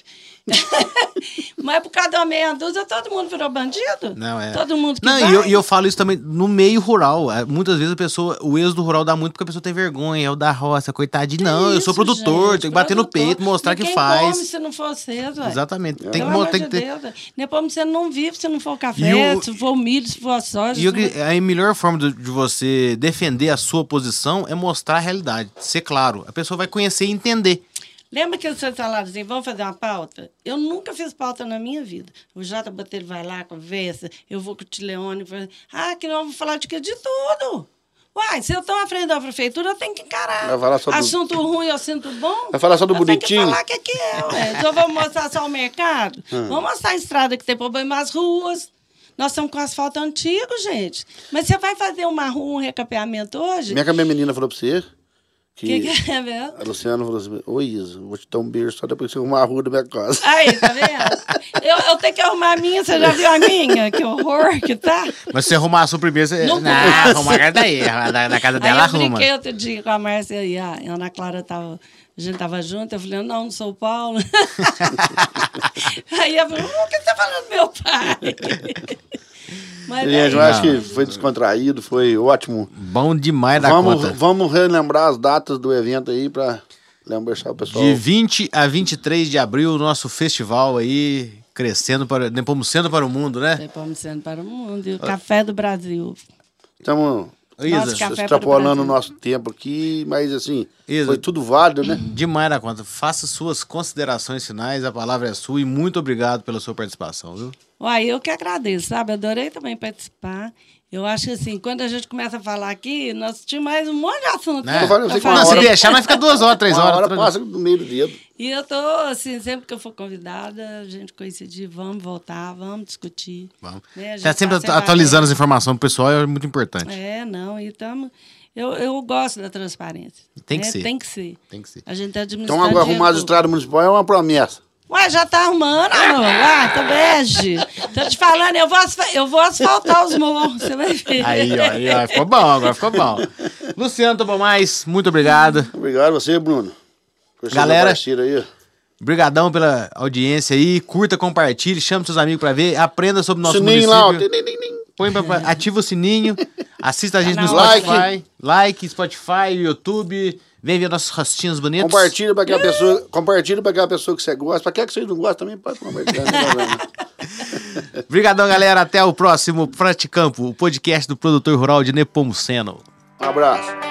mas por causa de uma meia dúzia, todo mundo virou bandido. Não, é. Todo mundo que Não, vai. E eu, e eu falo isso também no meio rural. Muitas vezes a pessoa, o êxodo rural dá muito porque a pessoa tem vergonha, é o da roça, coitadinho. Que não, isso, eu sou produtor, gente, tenho que bater no peito, mostrar que faz. Come se não for cedo, exatamente. É. Tem Pelo que, tem de que ter... Depois você não vive se não for café, o... se for milho, se for soja. E eu, a melhor forma de, de você defender a sua posição é mostrar a realidade, ser claro. A pessoa vai conhecer e entender. Lembra que vocês falaram assim, vamos fazer uma pauta? Eu nunca fiz pauta na minha vida. O Jota Botelho vai lá, conversa, eu vou com o Tileone, ah, que nós vamos falar de quê? De tudo. Uai, se eu estou à frente da prefeitura, eu tenho que encarar. Assunto do... ruim, assunto bom. Vai falar só do eu bonitinho? Tem que falar o que, que é, ué. Então vamos mostrar só o mercado? Hum. Vamos mostrar a estrada que tem problema nas ruas. Nós estamos com asfalto antigo, gente. Mas você vai fazer uma rua, um recapeamento hoje? Minha, minha menina falou para você... Que, que que é mesmo? A Luciana falou assim, ô Isa, vou te dar um beijo só depois que você arrumar a rua da minha casa. Aí, tá vendo? eu, eu tenho que arrumar a minha, você já viu a minha? Que horror que tá. Mas se você arrumar a sua primeiro, você... Não, não arruma a casa daí, da, da casa dela aí eu arruma. Eu brinquei outro dia com a Márcia e a Ana Clara tava... A gente tava junto, eu falei, não, não sou o Paulo. Aí ela falou, o que você tá falando do meu pai? Mas gente, é, eu acho que foi descontraído, foi ótimo. Bom demais da vamos, conta. Vamos relembrar as datas do evento aí para lembrar o pessoal. De vinte a vinte e três de abril, nosso festival aí, crescendo para... Nepomuceno para o mundo, né? Nepomuceno para o mundo. E o Café do Brasil. Estamos... extrapolando o nosso tempo aqui, mas assim, Isa, foi tudo válido, né? Demais da conta. Faça suas considerações finais, a palavra é sua e muito obrigado pela sua participação, viu? Uai, eu que agradeço, sabe? Adorei também participar. Eu acho que assim, quando a gente começa a falar aqui, nós tínhamos mais um monte de assunto. Né? Não, não se deixar, nós fica duas horas, três uma horas. Uma hora passa no meio do dedo. E eu tô, assim, sempre que eu for convidada, a gente coincidir, vamos voltar, vamos discutir. Vamos. Né? Tá sempre tá atualizando as informações pro pessoal, é muito importante. É, não, e estamos... Eu, eu gosto da transparência. Tem que né? ser. Tem que ser. Tem que ser. A gente tá administrando. Então agora arrumar as estradas municipais é uma promessa. Ué, já tá arrumando, amor. Ué, tá bege. Tô te falando, eu vou, eu vou asfaltar os morros, você vai ver. Aí, ó, aí, ó, ficou bom, agora ficou bom. Luciano Tobomais, muito obrigado. Obrigado a você, Bruno. Por Galera, aí. Brigadão pela audiência aí. Curta, compartilhe, chame seus amigos pra ver, aprenda sobre o nosso Sininho município. Lá, ó. põe pra, ativa o sininho, assista a gente Tá no na Spotify, like. like, Spotify, YouTube, vem ver nossos rostinhos bonitos. Compartilha pra aquela pessoa, compartilha pra aquela pessoa que você gosta. Pra quem que você não gosta também pode compartilhar. Obrigadão, galera. Até o próximo Praticampo, o podcast do produtor rural de Nepomuceno. Um abraço.